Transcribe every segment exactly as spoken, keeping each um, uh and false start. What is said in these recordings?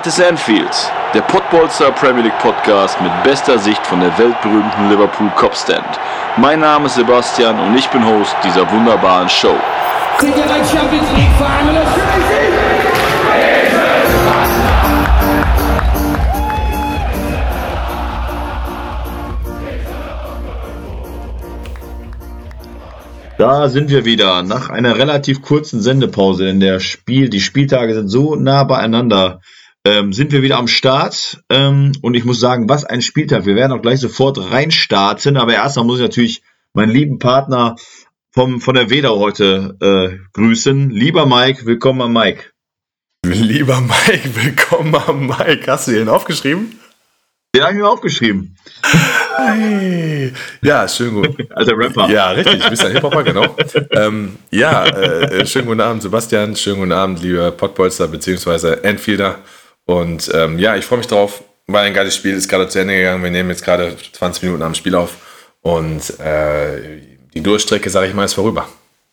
Das ist Anfield, der Podbolster Premier League Podcast mit bester Sicht von der weltberühmten Liverpool Copstand. Mein Name ist Sebastian und ich bin Host dieser wunderbaren Show. Sind wir ein Champions League Verein oder Da sind wir wieder nach einer relativ kurzen Sendepause, in der Spiel, die Spieltage sind so nah beieinander. Ähm, sind wir wieder am Start ähm, und ich muss sagen, was ein Spieltag. Wir werden auch gleich sofort reinstarten, aber erstmal muss ich natürlich meinen lieben Partner vom, von der Wedau heute äh, grüßen. Lieber Mike, willkommen am Mike. Lieber Mike, willkommen am Mike. Hast du den aufgeschrieben? Den habe ich mir aufgeschrieben. Hey. Ja, schön gut. Also Rapper. Ja, richtig, du bist ein Hip-Hopper, genau. ähm, ja, äh, schönen guten Abend Sebastian, schönen guten Abend lieber Podbolster bzw. Anfielder. Und ähm, ja, ich freue mich drauf, war ein geiles Spiel, ist gerade zu Ende gegangen. Wir nehmen jetzt gerade zwanzig Minuten am Spiel auf und äh, die Durchstrecke, sage ich mal, ist vorüber.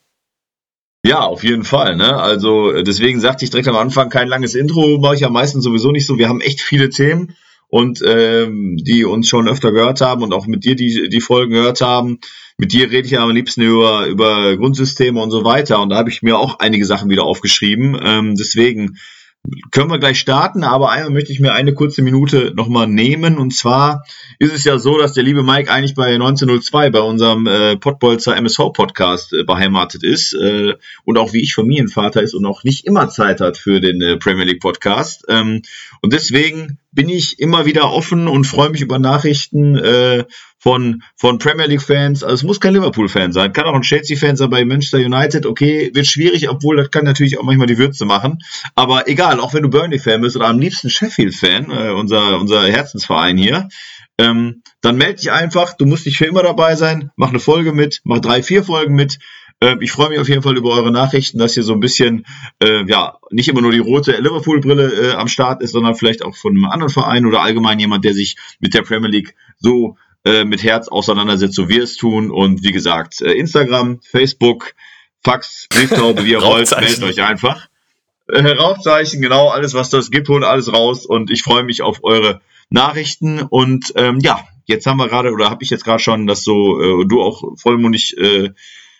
Ja, auf jeden Fall, ne? Also deswegen sagte ich direkt am Anfang, kein langes Intro, mache ich ja meistens sowieso nicht so. Wir haben echt viele Themen und ähm, die uns schon öfter gehört haben und auch mit dir die die Folgen gehört haben. Mit dir rede ich ja am liebsten über über Grundsysteme und so weiter und da habe ich mir auch einige Sachen wieder aufgeschrieben. Ähm, deswegen können wir gleich starten, aber einmal möchte ich mir eine kurze Minute nochmal nehmen. Und zwar ist es ja so, dass der liebe Mike eigentlich bei neunzehn null zwei, bei unserem äh, Podbolzer M S V-Podcast äh, beheimatet ist äh, und auch wie ich Familienvater ist und auch nicht immer Zeit hat für den äh, Premier League-Podcast. Ähm, und deswegen bin ich immer wieder offen und freue mich über Nachrichten äh, von von Premier League-Fans. Also es muss kein Liverpool-Fan sein, kann auch ein Chelsea-Fan sein bei Manchester United. Okay, wird schwierig, obwohl das kann natürlich auch manchmal die Würze machen. Aber egal, auch wenn du Burnley-Fan bist oder am liebsten Sheffield-Fan, äh, unser unser Herzensverein hier, ähm, dann melde dich einfach. Du musst nicht für immer dabei sein. Mach eine Folge mit, mach drei, vier Folgen mit. Ich freue mich auf jeden Fall über eure Nachrichten, dass hier so ein bisschen, äh, ja, nicht immer nur die rote Liverpool-Brille äh, am Start ist, sondern vielleicht auch von einem anderen Verein oder allgemein jemand, der sich mit der Premier League so äh, mit Herz auseinandersetzt, so wir es tun. Und wie gesagt, äh, Instagram, Facebook, Fax, Brieftaube, wie ihr wollt, meldet euch einfach. Äh, Rauchzeichen, genau, alles, was das gibt, holt alles raus. Und ich freue mich auf eure Nachrichten. Und ähm, ja, jetzt haben wir gerade, oder habe ich jetzt gerade schon, dass so äh, du auch vollmundig äh,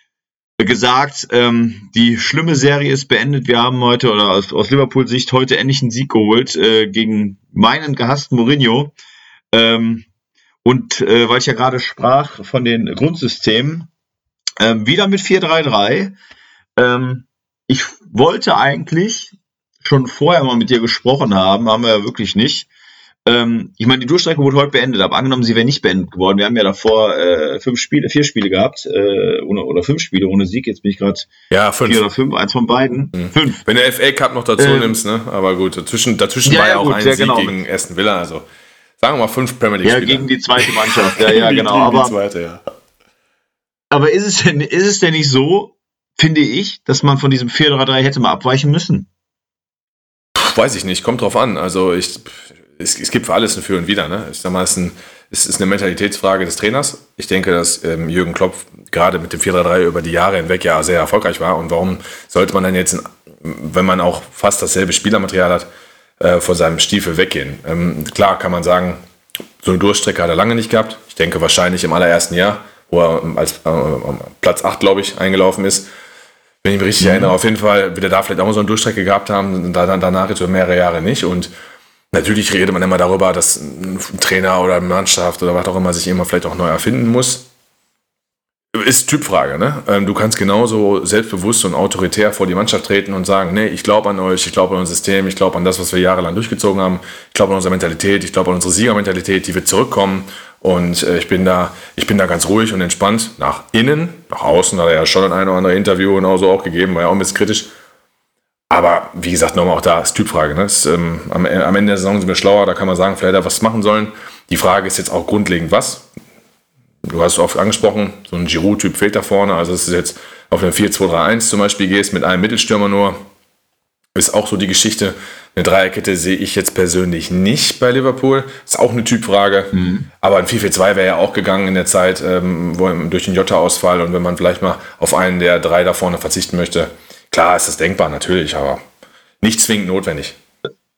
gesagt, ähm, die schlimme Serie ist beendet. Wir haben heute, oder aus, aus Liverpool-Sicht, heute endlich einen Sieg geholt äh, gegen meinen gehassten Mourinho. Ähm, und äh, weil ich ja gerade sprach von den Grundsystemen, ähm, wieder mit vier drei drei. Ähm, ich wollte eigentlich schon vorher mal mit dir gesprochen haben, haben wir ja wirklich nicht. Ähm, ich meine, die Durchstrecke wurde heute beendet, aber angenommen, sie wäre nicht beendet geworden. Wir haben ja davor äh, fünf Spiele, vier Spiele gehabt, äh, ohne, oder fünf Spiele ohne Sieg. Jetzt bin ich gerade ja, fünf. vier oder fünf, eins von beiden. Mhm. Fünf. Wenn du F A Cup noch dazu ähm, nimmst, ne? Aber gut, dazwischen, dazwischen ja, war ja ja, auch gut, ein sehr Sieg genau. gegen Aston Villa, also sagen wir mal fünf Premier League-Spieler. Ja, gegen die zweite Mannschaft, ja, ja, genau. Gegen die Aber, zweite, ja. aber ist es denn, ist es denn nicht so, finde ich, dass man von diesem vier drei drei hätte mal abweichen müssen? Puh, weiß ich nicht, kommt drauf an. Also ich... Es, es gibt für alles ein Für und Wider. Ne? Ich sag mal, es ist, ein, es ist eine Mentalitätsfrage des Trainers. Ich denke, dass ähm, Jürgen Klopp gerade mit dem vier drei drei über die Jahre hinweg ja sehr erfolgreich war. Und warum sollte man dann jetzt, wenn man auch fast dasselbe Spielermaterial hat, äh, vor seinem Stiefel weggehen? Ähm, klar kann man sagen, so eine Durchstrecke hat er lange nicht gehabt. Ich denke wahrscheinlich im allerersten Jahr, wo er als äh, Platz acht, glaube ich, eingelaufen ist. Wenn ich mich richtig mhm. erinnere, auf jeden Fall wird er da vielleicht auch mal so eine Durchstrecke gehabt haben, da, dann danach jetzt über mehrere Jahre nicht. Und natürlich redet man immer darüber, dass ein Trainer oder eine Mannschaft oder was auch immer sich immer vielleicht auch neu erfinden muss. Ist Typfrage, ne? Du kannst genauso selbstbewusst und autoritär vor die Mannschaft treten und sagen, nee, ich glaube an euch, ich glaube an unser System, ich glaube an das, was wir jahrelang durchgezogen haben, ich glaube an unsere Mentalität, ich glaube an unsere Siegermentalität, die wird zurückkommen und ich bin da, ich bin da ganz ruhig und entspannt. Nach innen, nach außen hat er ja schon ein oder andere Interview genauso auch gegeben, war ja auch ein bisschen kritisch. Aber wie gesagt, nochmal auch da ist Typfrage. Ne? Ist, ähm, am, am Ende der Saison sind wir schlauer, da kann man sagen, vielleicht hätte er was machen sollen. Die Frage ist jetzt auch grundlegend, was? Du hast es oft angesprochen, so ein Giroud-Typ fehlt da vorne. Also es ist jetzt auf eine vier zwei drei eins zum Beispiel gehst, mit einem Mittelstürmer nur. Ist auch so die Geschichte. Eine Dreierkette sehe ich jetzt persönlich nicht bei Liverpool. Ist auch eine Typfrage. Mhm. Aber ein vier vier zwei wäre ja auch gegangen in der Zeit, ähm, wo durch den Jota-Ausfall und wenn man vielleicht mal auf einen der drei da vorne verzichten möchte. Klar ist das denkbar, natürlich, aber nicht zwingend notwendig.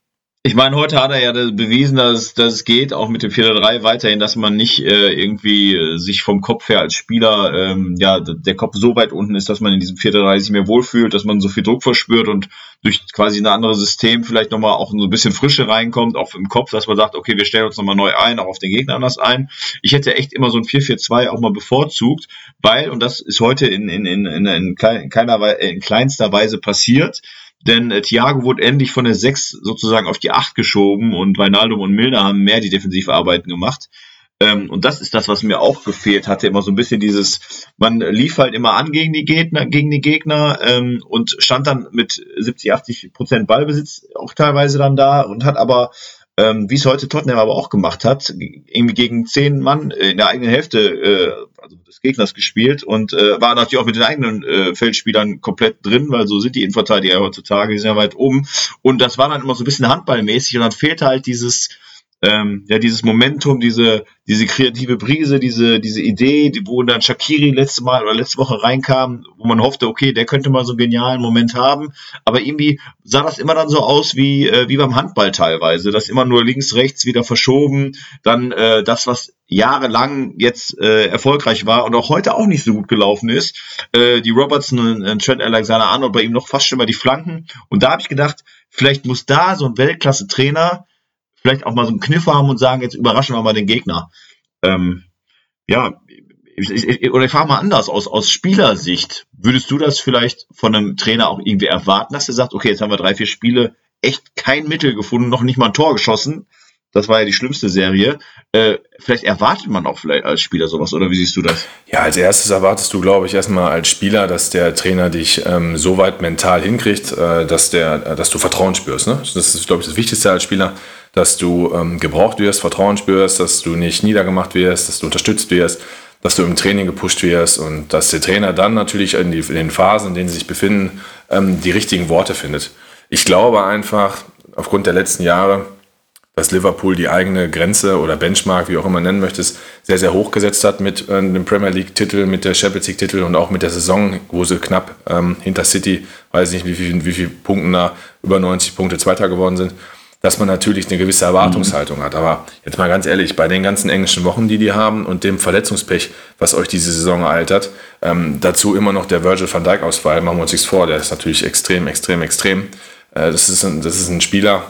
Ich meine, heute hat er ja bewiesen, dass, dass es geht, auch mit dem vier drei weiterhin, dass man nicht äh, irgendwie äh, sich vom Kopf her als Spieler, ähm, ja, der Kopf so weit unten ist, dass man in diesem vier drei sich mehr wohlfühlt, dass man so viel Druck verspürt und durch quasi ein anderes System vielleicht nochmal auch so ein bisschen Frische reinkommt, auch im Kopf, dass man sagt, okay, wir stellen uns nochmal neu ein, auch auf den Gegner anders ein. Ich hätte echt immer so ein vier vier zwei auch mal bevorzugt, weil, und das ist heute in, in, in, in, in, klein, in, keiner, in kleinster Weise passiert, denn äh, Thiago wurde endlich von der sechs sozusagen auf die acht geschoben und Wijnaldum und Milner haben mehr die Defensivarbeiten gemacht. Ähm, und das ist das, was mir auch gefehlt hatte, immer so ein bisschen dieses, man lief halt immer an gegen die Gegner, gegen die Gegner ähm, und stand dann mit siebzig, achtzig Prozent Ballbesitz auch teilweise dann da und hat aber, ähm, wie es heute Tottenham aber auch gemacht hat, irgendwie gegen zehn Mann in der eigenen Hälfte, äh, also des Gegners gespielt und äh, war natürlich auch mit den eigenen äh, Feldspielern komplett drin, weil so sind die Innenverteidiger heutzutage, die sind ja weit oben. Und das war dann immer so ein bisschen handballmäßig und dann fehlte halt dieses, ähm, ja, dieses Momentum, diese, diese kreative Brise, diese, diese Idee, die, wo dann Shaqiri letzte Mal oder letzte Woche reinkam, wo man hoffte, okay, der könnte mal so einen genialen Moment haben, aber irgendwie sah das immer dann so aus wie, äh, wie beim Handball teilweise, das immer nur links, rechts wieder verschoben, dann äh, das, was jahrelang jetzt äh, erfolgreich war und auch heute auch nicht so gut gelaufen ist, äh, die Robertson und äh, Trent Alexander-Arnold, bei ihm noch fast schon mal die Flanken und da habe ich gedacht, vielleicht muss da so ein Weltklasse-Trainer vielleicht auch mal so einen Kniff haben und sagen, jetzt überraschen wir mal den Gegner. Ähm, ja, ich, ich, oder ich frage mal anders, aus, aus Spielersicht, würdest du das vielleicht von einem Trainer auch irgendwie erwarten, dass er sagt, okay, jetzt haben wir drei, vier Spiele echt kein Mittel gefunden, noch nicht mal ein Tor geschossen, das war ja die schlimmste Serie, äh, vielleicht erwartet man auch vielleicht als Spieler sowas, oder wie siehst du das? Ja, als erstes erwartest du, glaube ich, erstmal als Spieler, dass der Trainer dich ähm, so weit mental hinkriegt, äh, dass, der, äh, dass du Vertrauen spürst. Ne? Das ist, glaube ich, das Wichtigste als Spieler, dass du ähm, gebraucht wirst, Vertrauen spürst, dass du nicht niedergemacht wirst, dass du unterstützt wirst, dass du im Training gepusht wirst und dass der Trainer dann natürlich in, die, in den Phasen, in denen sie sich befinden, ähm, die richtigen Worte findet. Ich glaube einfach, aufgrund der letzten Jahre, dass Liverpool die eigene Grenze oder Benchmark, wie auch immer nennen möchtest, sehr, sehr hoch gesetzt hat mit äh, dem Premier League-Titel, mit der Champions League-Titel und auch mit der Saison, wo sie knapp ähm, hinter City, weiß nicht, wie viel, wie viel Punkten da, über neunzig Punkte Zweiter geworden sind, dass man natürlich eine gewisse Erwartungshaltung mhm. hat. Aber jetzt mal ganz ehrlich, bei den ganzen englischen Wochen, die die haben und dem Verletzungspech, was euch diese Saison ereilt hat, ähm, dazu immer noch der Virgil van Dijk-Ausfall, machen wir uns nichts vor, der ist natürlich extrem, extrem, extrem. Äh, das ist ein, das ist ein Spieler,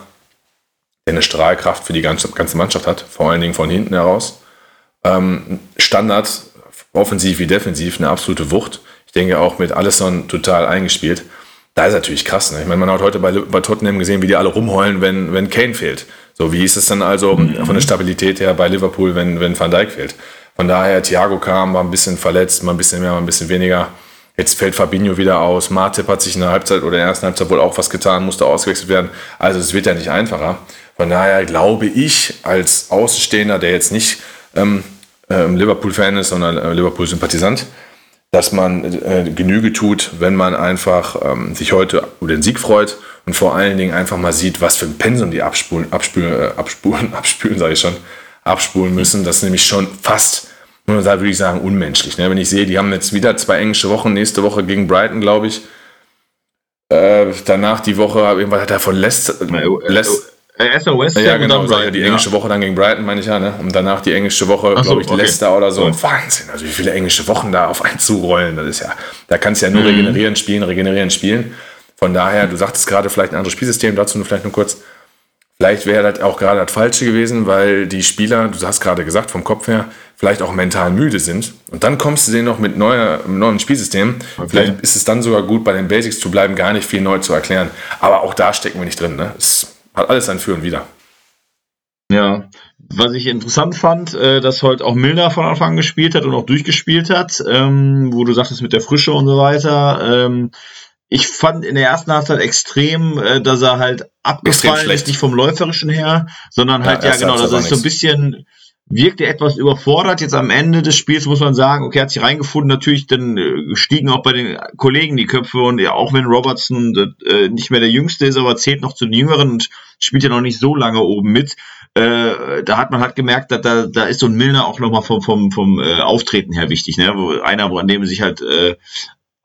der eine Strahlkraft für die ganze, ganze Mannschaft hat, vor allen Dingen von hinten heraus. Ähm, Standard, offensiv wie defensiv, eine absolute Wucht. Ich denke auch mit Alisson total eingespielt. Da ist natürlich krass. Ne? Ich meine, man hat heute bei, bei Tottenham gesehen, wie die alle rumheulen, wenn, wenn Kane fehlt. So, wie ist es dann also mhm. von der Stabilität her bei Liverpool, wenn, wenn Van Dijk fehlt? Von daher, Thiago kam, war ein bisschen verletzt, mal ein bisschen mehr, mal ein bisschen weniger. Jetzt fällt Fabinho wieder aus. Matip hat sich in der Halbzeit oder in der ersten Halbzeit wohl auch was getan, musste ausgewechselt werden. Also es wird ja nicht einfacher. Von daher glaube ich, als Außenstehender, der jetzt nicht ähm, äh, Liverpool-Fan ist, sondern äh, Liverpool-Sympathisant, dass man äh, Genüge tut, wenn man einfach ähm, sich heute über den Sieg freut und vor allen Dingen einfach mal sieht, was für ein Pensum die abspulen, abspülen, äh, abspulen, abspülen, sage ich schon, abspulen müssen. Das ist nämlich schon fast, da würde ich sagen, unmenschlich. Ne? Wenn ich sehe, die haben jetzt wieder zwei englische Wochen, nächste Woche gegen Brighton, glaube ich. Äh, danach die Woche, irgendwann hat er von Leicester... Leicester Erster West Ham ja, genau, und dann Brighton, die englische ja. Woche dann gegen Brighton, meine ich ja, ne? Und danach die englische Woche, so, glaube ich, okay. Leicester oder so. Oh. Wahnsinn, also wie viele englische Wochen da auf einen zurollen, das ist ja, da kannst du ja nur mhm. regenerieren, spielen, regenerieren, spielen. Von daher, du sagtest gerade vielleicht ein anderes Spielsystem, dazu nur vielleicht nur kurz. Vielleicht wäre das auch gerade das Falsche gewesen, weil die Spieler, du hast gerade gesagt, vom Kopf her, vielleicht auch mental müde sind. Und dann kommst du denen noch mit neuer, mit neuem Spielsystem. Okay. Vielleicht ist es dann sogar gut, bei den Basics zu bleiben, gar nicht viel neu zu erklären. Aber auch da stecken wir nicht drin, ne? Es hat alles ein Für und Wider. Ja, was ich interessant fand, äh, dass heute auch Milner von Anfang an gespielt hat und auch durchgespielt hat, ähm, wo du sagtest mit der Frische und so weiter. Ähm, ich fand in der ersten Halbzeit extrem, äh, dass er halt abgefallen ist, nicht vom Läuferischen her, sondern halt, ja, ja genau, dass er so ein bisschen... wirkte etwas überfordert. Jetzt am Ende des Spiels muss man sagen, okay, hat sich reingefunden. Natürlich, dann äh, stiegen auch bei den Kollegen die Köpfe und ja, auch wenn Robertson äh, nicht mehr der Jüngste ist, aber zählt noch zu den Jüngeren und spielt ja noch nicht so lange oben mit. Äh, da hat man halt gemerkt, dass da, da ist so ein Milner auch nochmal vom, vom, vom äh, Auftreten her wichtig, ne? Wo einer, wo an dem sich halt äh,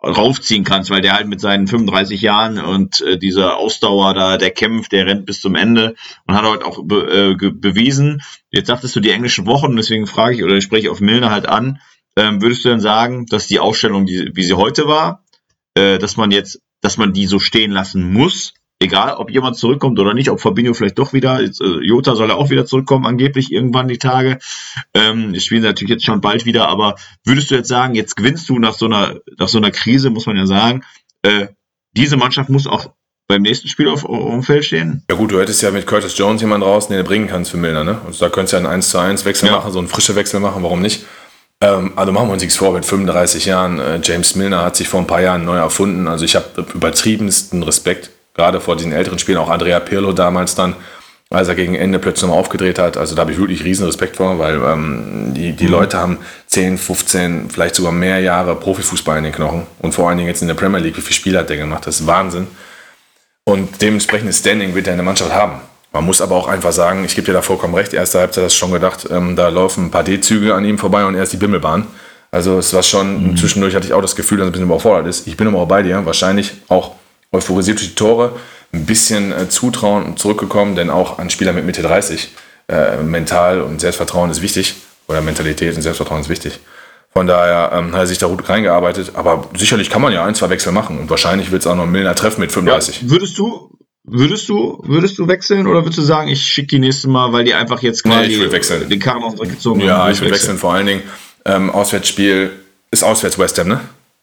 raufziehen kannst, weil der halt mit seinen fünfunddreißig Jahren und äh, dieser Ausdauer da, der kämpft, der rennt bis zum Ende und hat halt auch be, äh, ge- bewiesen. Jetzt sagtest du die englischen Wochen, deswegen frage ich oder spreche ich auf Milner halt an. Ähm, würdest du denn sagen, dass die Aufstellung, die, wie sie heute war, äh, dass man jetzt, dass man die so stehen lassen muss, egal ob jemand zurückkommt oder nicht, ob Fabinho vielleicht doch wieder, jetzt, äh, Jota soll ja auch wieder zurückkommen, angeblich irgendwann die Tage. Ähm, das spielen sie natürlich jetzt schon bald wieder, aber würdest du jetzt sagen, jetzt gewinnst du nach so einer, nach so einer Krise, muss man ja sagen, äh, diese Mannschaft muss auch beim nächsten Spiel auf, auf dem Feld stehen? Ja gut, du hättest ja mit Curtis Jones jemanden draußen, den du bringen kannst für Milner, ne? Also da könntest du ja einen eins zu eins Wechsel Ja. machen, so einen frischen Wechsel machen, warum nicht? Ähm, also machen wir uns nichts vor, mit fünfunddreißig Jahren, äh, James Milner hat sich vor ein paar Jahren neu erfunden, also ich habe übertriebensten Respekt, gerade vor diesen älteren Spielen, auch Andrea Pirlo damals dann, als er gegen Ende plötzlich nochmal aufgedreht hat, also da habe ich wirklich riesen Respekt vor, weil ähm, die, die mhm. Leute haben zehn, fünfzehn, vielleicht sogar mehr Jahre Profifußball in den Knochen und vor allen Dingen jetzt in der Premier League, wie viele Spiele hat der gemacht, das ist Wahnsinn. Und dementsprechendes Standing wird er in der Mannschaft haben. Man muss aber auch einfach sagen, ich gebe dir da vollkommen recht, erste Halbzeit hast du schon gedacht, ähm, da laufen ein paar D-Züge an ihm vorbei und er ist die Bimmelbahn. Also es war schon, mhm. zwischendurch hatte ich auch das Gefühl, dass er ein bisschen überfordert ist. Ich bin aber auch bei dir, wahrscheinlich auch euphorisiert durch die Tore, ein bisschen äh, Zutrauen und zurückgekommen, denn auch ein Spieler mit Mitte dreißig, äh, mental und Selbstvertrauen ist wichtig, oder Mentalität und Selbstvertrauen ist wichtig. Von daher ähm, hat er sich da gut reingearbeitet, aber sicherlich kann man ja ein, zwei Wechsel machen und wahrscheinlich wird es auch noch einen Milner treffen mit fünfunddreißig. Ja, würdest du, würdest du, würdest du wechseln oder würdest du sagen, ich schicke die nächste Mal, weil die einfach jetzt quasi nee, ich will wechseln. den Karren auf den Dreck gezogen haben? Ja, ich will wechseln, vor allen Dingen ähm, Auswärtsspiel ist auswärts West Ham, ne?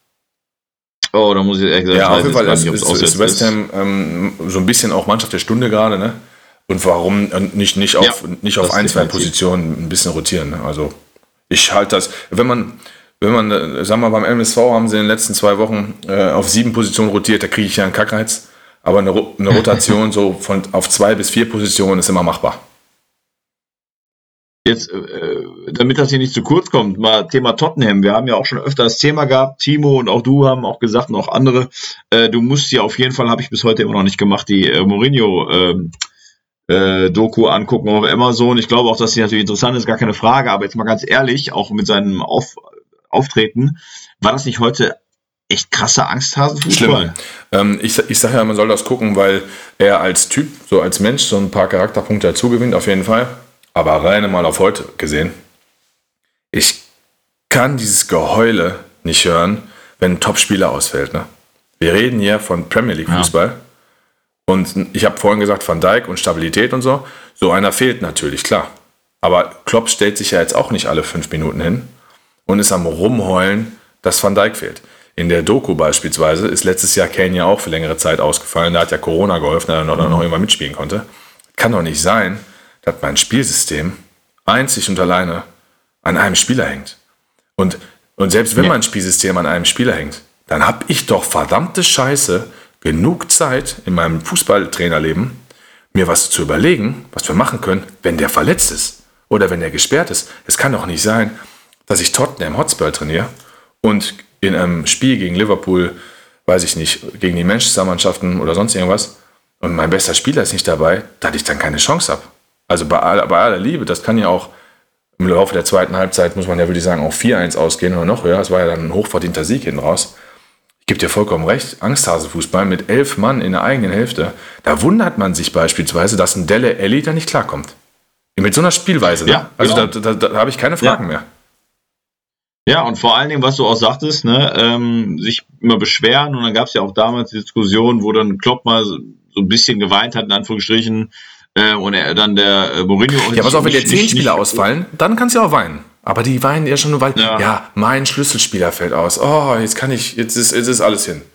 Oh, da muss ich ehrlich gesagt, ja, auf jeden Fall ist, nicht, ist, ist West Ham ähm, so ein bisschen auch Mannschaft der Stunde gerade, ne? Und warum nicht, nicht auf, ja, nicht auf ein, zwei Positionen ein bisschen rotieren, ne? Also ich halte das, wenn man, wenn man, sagen wir mal, beim M S V haben sie in den letzten zwei Wochen äh, auf sieben Positionen rotiert, da kriege ich ja einen Kackreiz. Aber eine, eine Rotation so von auf zwei bis vier Positionen ist immer machbar. Jetzt, äh, damit das hier nicht zu kurz kommt, mal Thema Tottenham. Wir haben ja auch schon öfter das Thema gehabt. Timo und auch du haben auch gesagt und auch andere. Äh, du musst ja auf jeden Fall, habe ich bis heute immer noch nicht gemacht, die äh, Mourinho äh, äh, Doku angucken auf Amazon. Ich glaube auch, dass die natürlich interessant ist, gar keine Frage. Aber jetzt mal ganz ehrlich, auch mit seinem auf, Auftreten, war das nicht heute echt krasser Angsthasenfußball? Schlimm. Ähm, ich, ich sage ja, man soll das gucken, weil er als Typ, so als Mensch, so ein paar Charakterpunkte dazu gewinnt, auf jeden Fall. Aber reine mal auf heute gesehen, ich kann dieses Geheule nicht hören, wenn ein Topspieler ausfällt. Ne? Wir reden hier von Premier League Fußball. Ja. Und ich habe vorhin gesagt, Van Dijk und Stabilität und so. So einer fehlt natürlich, klar. Aber Klopp stellt sich ja jetzt auch nicht alle fünf Minuten hin und ist am Rumheulen, dass Van Dijk fehlt. In der Doku beispielsweise ist letztes Jahr Kane ja auch für längere Zeit ausgefallen. Da hat ja Corona geholfen, dass er noch, noch irgendwann mitspielen konnte. Kann doch nicht sein, dass mein Spielsystem einzig und alleine an einem Spieler hängt. Und, und selbst wenn ja. mein Spielsystem an einem Spieler hängt, dann habe ich doch verdammte Scheiße genug Zeit in meinem Fußballtrainerleben, mir was zu überlegen, was wir machen können, wenn der verletzt ist oder wenn der gesperrt ist. Es kann doch nicht sein, dass ich Tottenham Hotspur trainiere und in einem Spiel gegen Liverpool, weiß ich nicht, gegen die Manchester-Mannschaften oder sonst irgendwas und mein bester Spieler ist nicht dabei, dass ich dann keine Chance habe. Also bei aller, bei aller Liebe, das kann ja auch im Laufe der zweiten Halbzeit, muss man ja, würde ich sagen, auch vier eins ausgehen oder noch höher. Das war ja dann ein hochverdienter Sieg hinten raus. Ich gebe dir vollkommen recht, Angsthasenfußball mit elf Mann in der eigenen Hälfte, da wundert man sich beispielsweise, dass ein Dele Alli da nicht klarkommt. Mit so einer Spielweise, ne? Ja, also genau. da, da, da, da habe ich keine Fragen ja. mehr. Ja, und vor allen Dingen, was du auch sagtest, ne, ähm, sich immer beschweren, und dann gab es ja auch damals die Diskussion, wo dann Klopp mal so, so ein bisschen geweint hat, in Anführungsstrichen, äh, und er dann der äh, Mourinho... Ja, pass auf, wenn dir zehn Spieler ausfallen, dann kannst du ja auch weinen. Aber die weinen ja schon nur, weil, ja. ja, mein Schlüsselspieler fällt aus. Oh, jetzt kann ich, jetzt ist, jetzt ist alles hin.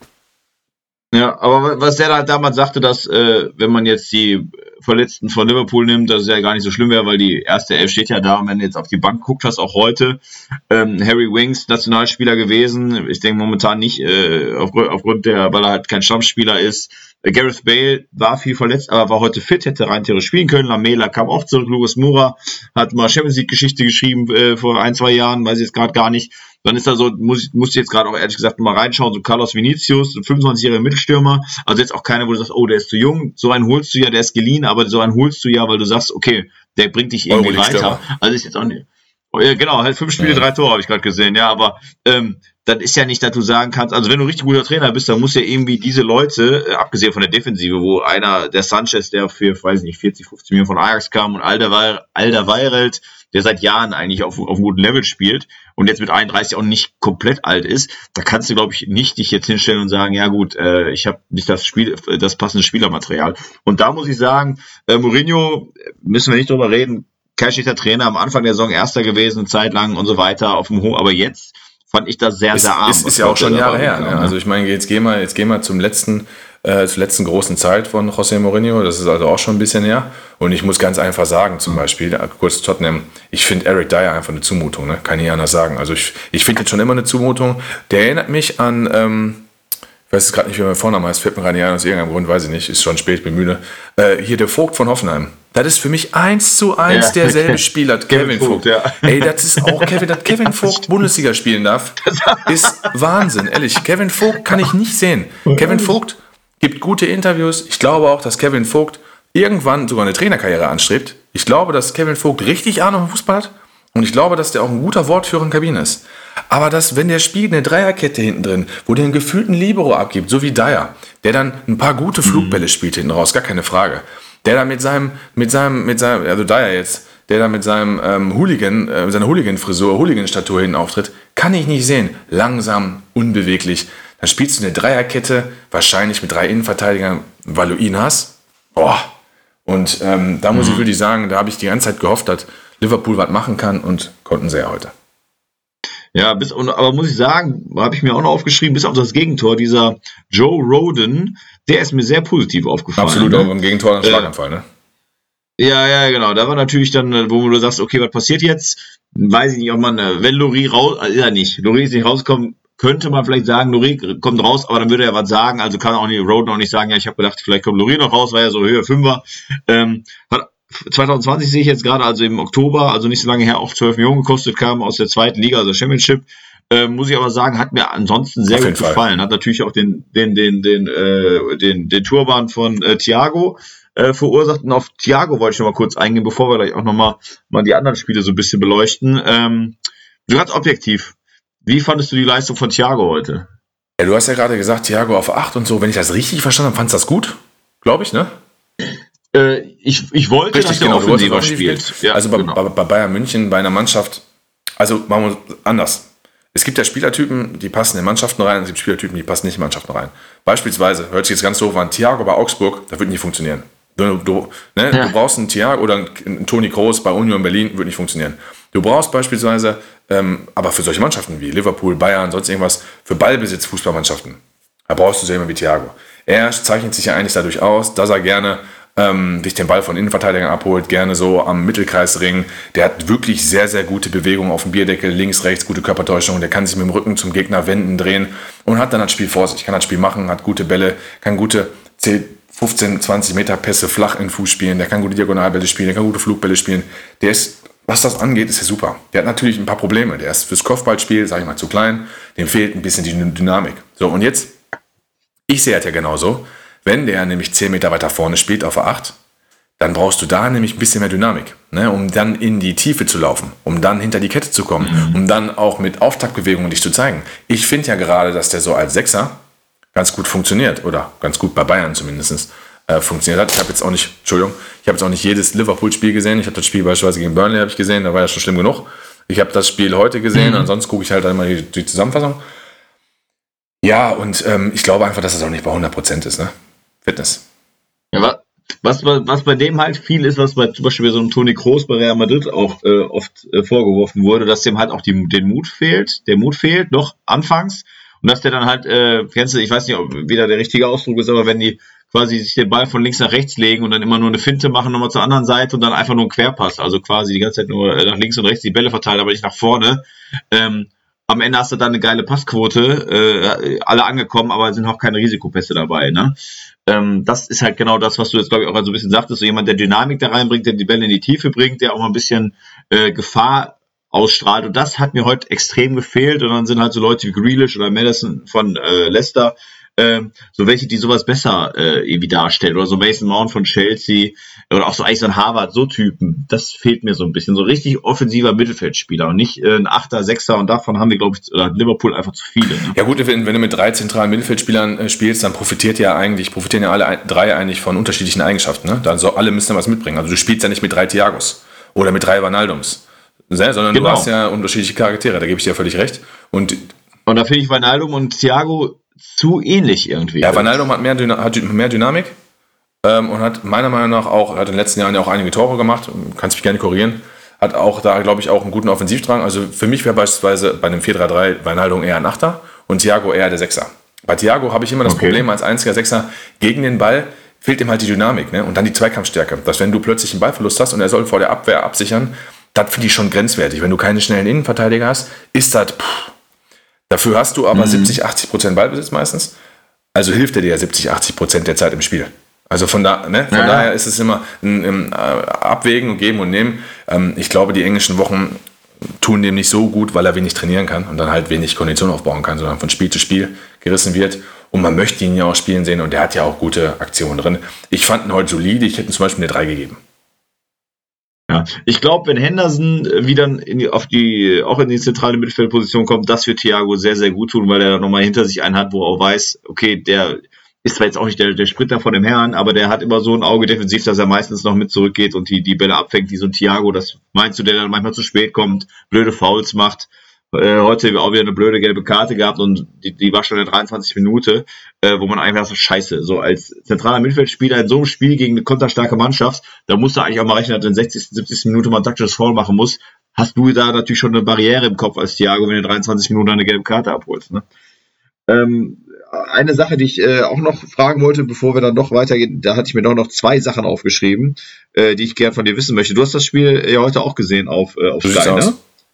Ja, aber was der halt damals sagte, dass, äh, wenn man jetzt die Verletzten von Liverpool nimmt, dass es ja gar nicht so schlimm wäre, weil die erste Elf steht ja da, und wenn du jetzt auf die Bank guckt hast, auch heute, ähm, Harry Winks, Nationalspieler gewesen, ich denke momentan nicht, äh, aufgrund, aufgrund der, weil er halt kein Stammspieler ist. Äh, Gareth Bale war viel verletzt, aber war heute fit, hätte rein theoretisch spielen können. Lamela kam auch zurück, Lucas Moura hat mal Champions League Geschichte geschrieben, äh, vor ein, zwei Jahren, weiß ich jetzt gerade gar nicht. Dann ist da so, muss ich, muss ich jetzt gerade auch ehrlich gesagt mal reinschauen, so Carlos Vinicius, so fünfundzwanzigjähriger Mittelstürmer, also jetzt auch keiner, wo du sagst, oh, der ist zu jung, so einen holst du ja, der ist geliehen, aber so einen holst du ja, weil du sagst, okay, der bringt dich irgendwie weiter. Also ist jetzt auch nicht, Oh, ja, genau, halt fünf Spiele, Ja. drei Tore habe ich gerade gesehen, ja, aber ähm, das ist ja nicht, dass du sagen kannst, also wenn du richtig guter Trainer bist, dann muss ja irgendwie diese Leute, äh, abgesehen von der Defensive, wo einer, der Sanchez, der für, weiß ich nicht, vierzig, fünfzig Millionen von Ajax kam und Alderweireld, Alderweireld, der seit Jahren eigentlich auf, auf einem guten Level spielt und jetzt mit einunddreißig auch nicht komplett alt ist, da kannst du, glaube ich, nicht dich jetzt hinstellen und sagen, ja gut, äh, ich habe nicht das Spiel, das passende Spielermaterial. Und da muss ich sagen, äh, Mourinho, müssen wir nicht drüber reden, kein schlechter Trainer, am Anfang der Saison Erster gewesen, eine Zeit lang und so weiter, auf dem Hoch, aber jetzt fand ich das sehr, Ist, sehr arm. ist, was ist ja auch schon da Jahre dabei her. kam, Ne? ne? Also ich meine, jetzt gehen wir jetzt gehen wir zum letzten, äh, zur letzten großen Zeit von José Mourinho. Das ist also auch schon ein bisschen her. Und ich muss ganz einfach sagen, zum Beispiel, da, kurz Tottenham, ich finde Eric Dyer einfach eine Zumutung, ne? Kann ich nicht anders sagen. Also ich, ich finde jetzt schon immer eine Zumutung. Der erinnert mich an, ähm, ich weiß jetzt gerade nicht, wie mein Vorname heißt, fällt mir gerade nicht ein, aus irgendeinem Grund, weiß ich nicht, ist schon spät, bin müde. Äh, hier der Vogt von Hoffenheim. Das ist für mich eins zu eins Ja. derselbe Spieler, Kevin, Kevin Vogt. Vogt, ja. Ey, das ist auch Kevin, dass Kevin Vogt Bundesliga spielen darf, ist Wahnsinn, ehrlich. Kevin Vogt kann ich nicht sehen. Kevin Vogt gibt gute Interviews. Ich glaube auch, dass Kevin Vogt irgendwann sogar eine Trainerkarriere anstrebt. Ich glaube, dass Kevin Vogt richtig Ahnung vom Fußball hat. Und ich glaube, dass der auch ein guter Wortführer in der Kabine ist. Aber dass, wenn der spielt, eine Dreierkette hinten drin, wo der einen gefühlten Libero abgibt, so wie Dyer, der dann ein paar gute Flugbälle spielt hinten raus, gar keine Frage. Der da mit seinem, mit seinem, mit seinem, also Dyer jetzt, der da mit seinem ähm, Hooligan, äh, seiner Hooligan-Frisur, Hooligan-Statur hinten auftritt, kann ich nicht sehen. Langsam, unbeweglich. Dann spielst du eine Dreierkette, wahrscheinlich mit drei Innenverteidigern, weil du ihn hast. Boah. Und ähm, da muss mhm. ich wirklich sagen, da habe ich die ganze Zeit gehofft, dass Liverpool was machen kann und konnten sie ja heute. Ja, bis, und, aber muss ich sagen, habe ich mir auch noch aufgeschrieben, bis auf das Gegentor, dieser Joe Roden, der ist mir sehr positiv aufgefallen. Absolut, ne? auch im Gegentor ein Schlaganfall, äh, ne? Ja, ja, genau. Da war natürlich dann, wo du sagst, okay, was passiert jetzt? Weiß ich nicht, ob man, wenn Lori raus, äh, ja nicht, Lori ist nicht rausgekommen, könnte man vielleicht sagen, Lori kommt raus, aber dann würde er was sagen, also kann auch nicht, Roden auch nicht sagen, ja, ich habe gedacht, vielleicht kommt Lori noch raus, war ja so Höhe Fünfer. Ähm, hat zwanzig zwanzig sehe ich jetzt gerade, also im Oktober, also nicht so lange her, auch zwölf Millionen gekostet, kam aus der zweiten Liga, also Championship. Äh, muss ich aber sagen, hat mir ansonsten sehr Auf gut jeden gefallen. Fall. Hat natürlich auch den, den, den, den, äh, den, den Turban von äh, Thiago äh, verursacht. Und auf Thiago wollte ich noch mal kurz eingehen, bevor wir gleich auch noch mal, mal die anderen Spiele so ein bisschen beleuchten. Ähm, so ganz objektiv, wie fandest du die Leistung von Thiago heute? Ja, du hast ja gerade gesagt, Thiago auf acht und so. Wenn ich das richtig verstanden habe, fandst du das gut? Glaube ich, ne? Äh, ich, ich wollte, Richtig, dass der genau. Du wolltest offensiver offensiv spielt. spielen. Ja, also bei, genau. bei, bei Bayern München, bei einer Mannschaft, also machen wir anders. Es gibt ja Spielertypen, die passen in Mannschaften rein, und es gibt Spielertypen, die passen nicht in Mannschaften rein. Beispielsweise, hört sich jetzt ganz doof an, Thiago bei Augsburg, das wird nicht funktionieren. Du, du, ne, ja. du brauchst einen Thiago oder einen Toni Kroos bei Union Berlin, wird nicht funktionieren. Du brauchst beispielsweise, ähm, aber für solche Mannschaften wie Liverpool, Bayern, sonst irgendwas, für Ballbesitz Fußballmannschaften, da brauchst du so jemanden wie Thiago. Er zeichnet sich ja eigentlich dadurch aus, dass er gerne ähm, sich den Ball von Innenverteidigern abholt, gerne so am Mittelkreisring. Der hat wirklich sehr, sehr gute Bewegungen auf dem Bierdeckel, links, rechts, gute Körpertäuschung. Der kann sich mit dem Rücken zum Gegner wenden, drehen und hat dann das Spiel vor sich, kann das Spiel machen, hat gute Bälle, kann gute zehn, fünfzehn, zwanzig Meter Pässe flach in den Fuß spielen, der kann gute Diagonalbälle spielen, der kann gute Flugbälle spielen. Der ist, was das angeht, ist er super. Der hat natürlich ein paar Probleme. Der ist fürs Kopfballspiel, sage ich mal, zu klein. Dem fehlt ein bisschen die Dynamik. So, und jetzt, ich sehe das ja genauso. Wenn der nämlich zehn Meter weiter vorne spielt auf der acht, dann brauchst du da nämlich ein bisschen mehr Dynamik, ne, um dann in die Tiefe zu laufen, um dann hinter die Kette zu kommen, mhm. um dann auch mit Auftaktbewegungen dich zu zeigen. Ich finde ja gerade, dass der so als Sechser ganz gut funktioniert, oder ganz gut bei Bayern zumindest äh, funktioniert hat. Ich habe jetzt auch nicht, Entschuldigung, ich habe jetzt auch nicht jedes Liverpool-Spiel gesehen. Ich habe das Spiel beispielsweise gegen Burnley habe ich gesehen, da war ja schon schlimm genug. Ich habe das Spiel heute gesehen, mhm. ansonsten gucke ich halt einmal die, die Zusammenfassung. Ja, und ähm, ich glaube einfach, dass es auch nicht bei hundert Prozent ist, ne? Fitness. Ja, was, was, was bei dem halt viel ist, was bei zum Beispiel bei so einem Toni Kroos bei Real Madrid auch äh, oft äh, vorgeworfen wurde, dass dem halt auch die, den Mut fehlt, der Mut fehlt, noch anfangs, und dass der dann halt, äh, kennst du, ich weiß nicht, ob wieder der richtige Ausdruck ist, aber wenn die quasi sich den Ball von links nach rechts legen und dann immer nur eine Finte machen, nochmal zur anderen Seite und dann einfach nur einen Querpass, also quasi die ganze Zeit nur nach links und rechts die Bälle verteilen, aber nicht nach vorne, ähm, am Ende hast du dann eine geile Passquote, äh, alle angekommen, aber sind auch keine Risikopässe dabei, ne? Ähm, das ist halt genau das, was du jetzt, glaube ich, auch so ein bisschen sagtest, so jemand, der Dynamik da reinbringt, der die Bälle in die Tiefe bringt, der auch mal ein bisschen äh, Gefahr ausstrahlt, und das hat mir heute extrem gefehlt, und dann sind halt so Leute wie Grealish oder Maddison von äh, Leicester ähm, so welche, die sowas besser äh, irgendwie darstellen. Oder so Mason Mount von Chelsea oder auch so eigentlich so ein Harvard, so Typen. Das fehlt mir so ein bisschen. So richtig offensiver Mittelfeldspieler und nicht äh, ein Achter, Sechser und davon haben wir, glaube ich, oder hat Liverpool einfach zu viele. Ne? Ja gut, wenn, wenn du mit drei zentralen Mittelfeldspielern äh, spielst, dann profitiert ja eigentlich, profitieren ja alle ein, drei eigentlich von unterschiedlichen Eigenschaften. Ne? Dann so, alle müssen was mitbringen. Also du spielst ja nicht mit drei Thiagos oder mit drei Wijnaldums, sondern genau. Du hast ja unterschiedliche Charaktere, da gebe ich dir ja völlig recht. Und, und da finde ich Wijnaldum und Thiago zu ähnlich irgendwie. Ja, Wijnaldum hat mehr, Dyna- hat mehr Dynamik ähm, und hat meiner Meinung nach auch, hat in den letzten Jahren ja auch einige Tore gemacht, kannst mich gerne korrigieren, hat auch da, glaube ich, auch einen guten Offensivdrang. Also für mich wäre beispielsweise bei einem vier drei drei Wijnaldum eher ein Achter und Thiago eher der Sechser. Bei Thiago habe ich immer das okay. Problem, als einziger Sechser gegen den Ball fehlt ihm halt die Dynamik, ne? Und dann die Zweikampfstärke. Dass wenn du plötzlich einen Ballverlust hast und er soll vor der Abwehr absichern, das finde ich schon grenzwertig. Wenn du keine schnellen Innenverteidiger hast, ist das, pff. Dafür hast du aber mhm. siebzig, achtzig Prozent Ballbesitz meistens. Also hilft er dir ja siebzig, achtzig Prozent der Zeit im Spiel. Also von, da, ne? von ja. daher ist es immer ein, ein Abwägen und Geben und Nehmen. Ähm, ich glaube, die englischen Wochen tun dem nicht so gut, weil er wenig trainieren kann und dann halt wenig Kondition aufbauen kann, sondern von Spiel zu Spiel gerissen wird. Und man möchte ihn ja auch spielen sehen und der hat ja auch gute Aktionen drin. Ich fand ihn heute solide, ich hätte ihm zum Beispiel eine drei gegeben. Ja, ich glaube, wenn Henderson wieder in die, auf die, auch in die zentrale Mittelfeldposition kommt, das wird Thiago sehr, sehr gut tun, weil er nochmal hinter sich einen hat, wo er auch weiß, okay, der ist zwar jetzt auch nicht der, der Sprinter von dem Herrn, aber der hat immer so ein Auge defensiv, dass er meistens noch mit zurückgeht und die, die Bälle abfängt, wie so ein Thiago. Das meinst du, der dann manchmal zu spät kommt, blöde Fouls macht. Äh, heute auch wieder eine blöde gelbe Karte gehabt und die, die war schon in der dreiundzwanzigsten Minute, äh, wo man einfach so scheiße, so als zentraler Mittelfeldspieler in so einem Spiel gegen eine konterstarke Mannschaft, da musst du eigentlich auch mal rechnen, dass du in der sechzigsten, siebzigsten Minute mal ein taktisches Foul machen musst, hast du da natürlich schon eine Barriere im Kopf als Thiago, wenn du in dreiundzwanzig Minuten eine gelbe Karte abholst. Ne? Ähm, eine Sache, die ich äh, auch noch fragen wollte, bevor wir dann doch weitergehen, da hatte ich mir doch noch zwei Sachen aufgeschrieben, äh, die ich gerne von dir wissen möchte. Du hast das Spiel ja heute auch gesehen auf, äh, auf Sky, ne?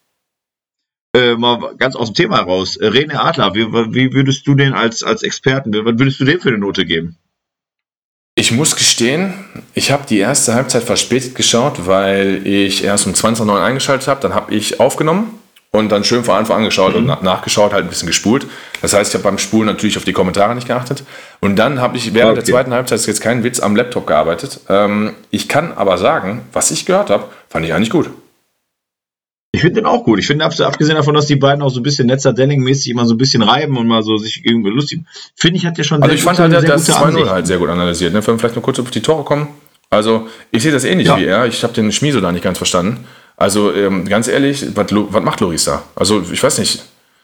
Äh, mal ganz aus dem Thema heraus. Äh, René Adler, wie, wie würdest du den als, als Experten, was würdest du dem für eine Note geben? Ich muss gestehen, ich habe die erste Halbzeit verspätet geschaut, weil ich erst um zwanzig Uhr neun eingeschaltet habe. Dann habe ich aufgenommen und dann schön von Anfang an geschaut mhm. und na- nachgeschaut, halt ein bisschen gespult. Das heißt, ich habe beim Spulen natürlich auf die Kommentare nicht geachtet. Und dann habe ich während okay. der zweiten Halbzeit, das ist jetzt kein Witz, am Laptop gearbeitet. Ähm, ich kann aber sagen, was ich gehört habe, fand ich eigentlich gut. Ich finde den auch gut. Ich finde, abgesehen davon, dass die beiden auch so ein bisschen Netzer-Denning-mäßig immer so ein bisschen reiben und mal so sich irgendwie lustig, finde ich, hat der schon also sehr ich gute, fand halt, sehr das zwei null halt sehr gut analysiert. Ne? Wenn wir vielleicht noch kurz auf die Tore kommen. Also, ich sehe das ähnlich ja. wie er. Ich habe den Schmieso da nicht ganz verstanden. Also, ähm, ganz ehrlich, was, was macht Loris da? Also, ich weiß nicht.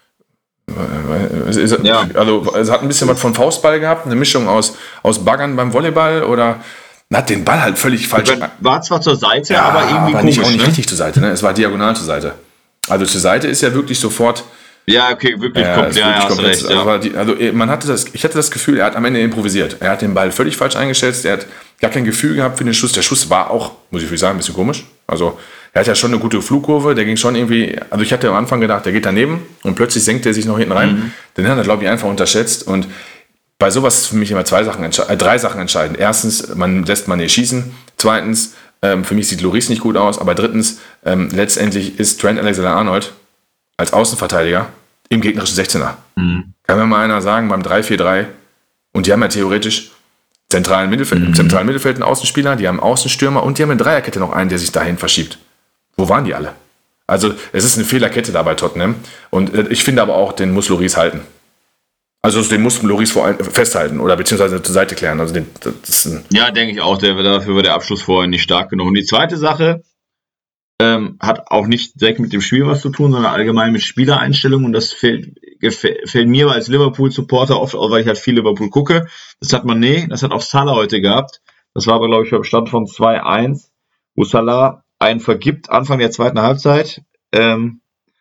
Es, ist, ja. also, es hat ein bisschen was von Faustball gehabt, eine Mischung aus, aus Baggern beim Volleyball oder hat den Ball halt völlig falsch. War zwar zur Seite, ja, aber irgendwie aber komisch, nicht, auch nicht ne? richtig zur Seite. Ne? Es war diagonal zur Seite. Also zur Seite ist ja wirklich sofort. Ja, okay, wirklich ja, komplett. Ja, wirklich recht, also, ja. die, also man hatte das, ich hatte das Gefühl, er hat am Ende improvisiert. Er hat den Ball völlig falsch eingeschätzt. Er hat gar kein Gefühl gehabt für den Schuss. Der Schuss war auch, muss ich sagen, ein bisschen komisch. Also er hat ja schon eine gute Flugkurve. Der ging schon irgendwie. Also ich hatte am Anfang gedacht, der geht daneben und plötzlich senkt er sich noch hinten rein. Mhm. Den hat er, glaube ich, einfach unterschätzt und bei sowas ist für mich immer zwei Sachen äh, drei Sachen entscheidend. Erstens, man lässt Mané schießen. Zweitens, ähm, für mich sieht Lloris nicht gut aus. Aber drittens, ähm, letztendlich ist Trent Alexander-Arnold als Außenverteidiger im gegnerischen sechzehner. Mhm. Kann mir mal einer sagen, beim drei vier drei, und die haben ja theoretisch zentralen Mittelfeld, mhm. im zentralen Mittelfeld einen Außenspieler, die haben einen Außenstürmer und die haben in Dreierkette noch einen, der sich dahin verschiebt. Wo waren die alle? Also es ist eine Fehlerkette da bei Tottenham. Und äh, ich finde aber auch, den muss Lloris halten. Also den muss Lloris vor allem festhalten oder beziehungsweise zur Seite klären. Also den, das ist ein ja, denke ich auch. Der, dafür war der Abschluss vorher nicht stark genug. Und die zweite Sache ähm, hat auch nicht direkt mit dem Spiel was zu tun, sondern allgemein mit Spielereinstellungen. Und das fällt, gefällt mir als Liverpool-Supporter oft auch, weil ich halt viel Liverpool gucke. Das hat Mané, das hat auch Salah heute gehabt. Das war aber, glaube ich, beim Stand von zwei eins, wo Salah einen vergibt, Anfang der zweiten Halbzeit. Ähm,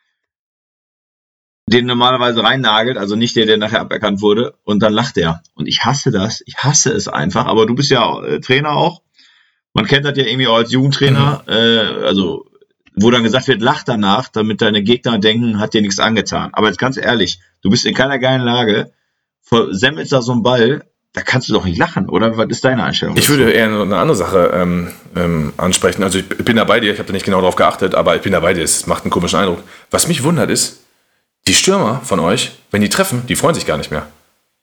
den normalerweise reinnagelt, also nicht der, der nachher aberkannt wurde, und dann lacht er. Und ich hasse das, ich hasse es einfach, aber du bist ja äh, Trainer auch, man kennt das ja irgendwie auch als Jugendtrainer, mhm. äh, also wo dann gesagt wird, lach danach, damit deine Gegner denken, hat dir nichts angetan. Aber jetzt ganz ehrlich, du bist in keiner geilen Lage, versemmelst da so einen Ball, da kannst du doch nicht lachen, oder? Was ist deine Einstellung? Ich würde eher eine andere Sache ähm, ähm, ansprechen, also ich bin da bei dir, ich habe da nicht genau drauf geachtet, aber ich bin da bei dir, es macht einen komischen Eindruck. Was mich wundert ist, die Stürmer von euch, wenn die treffen, die freuen sich gar nicht mehr.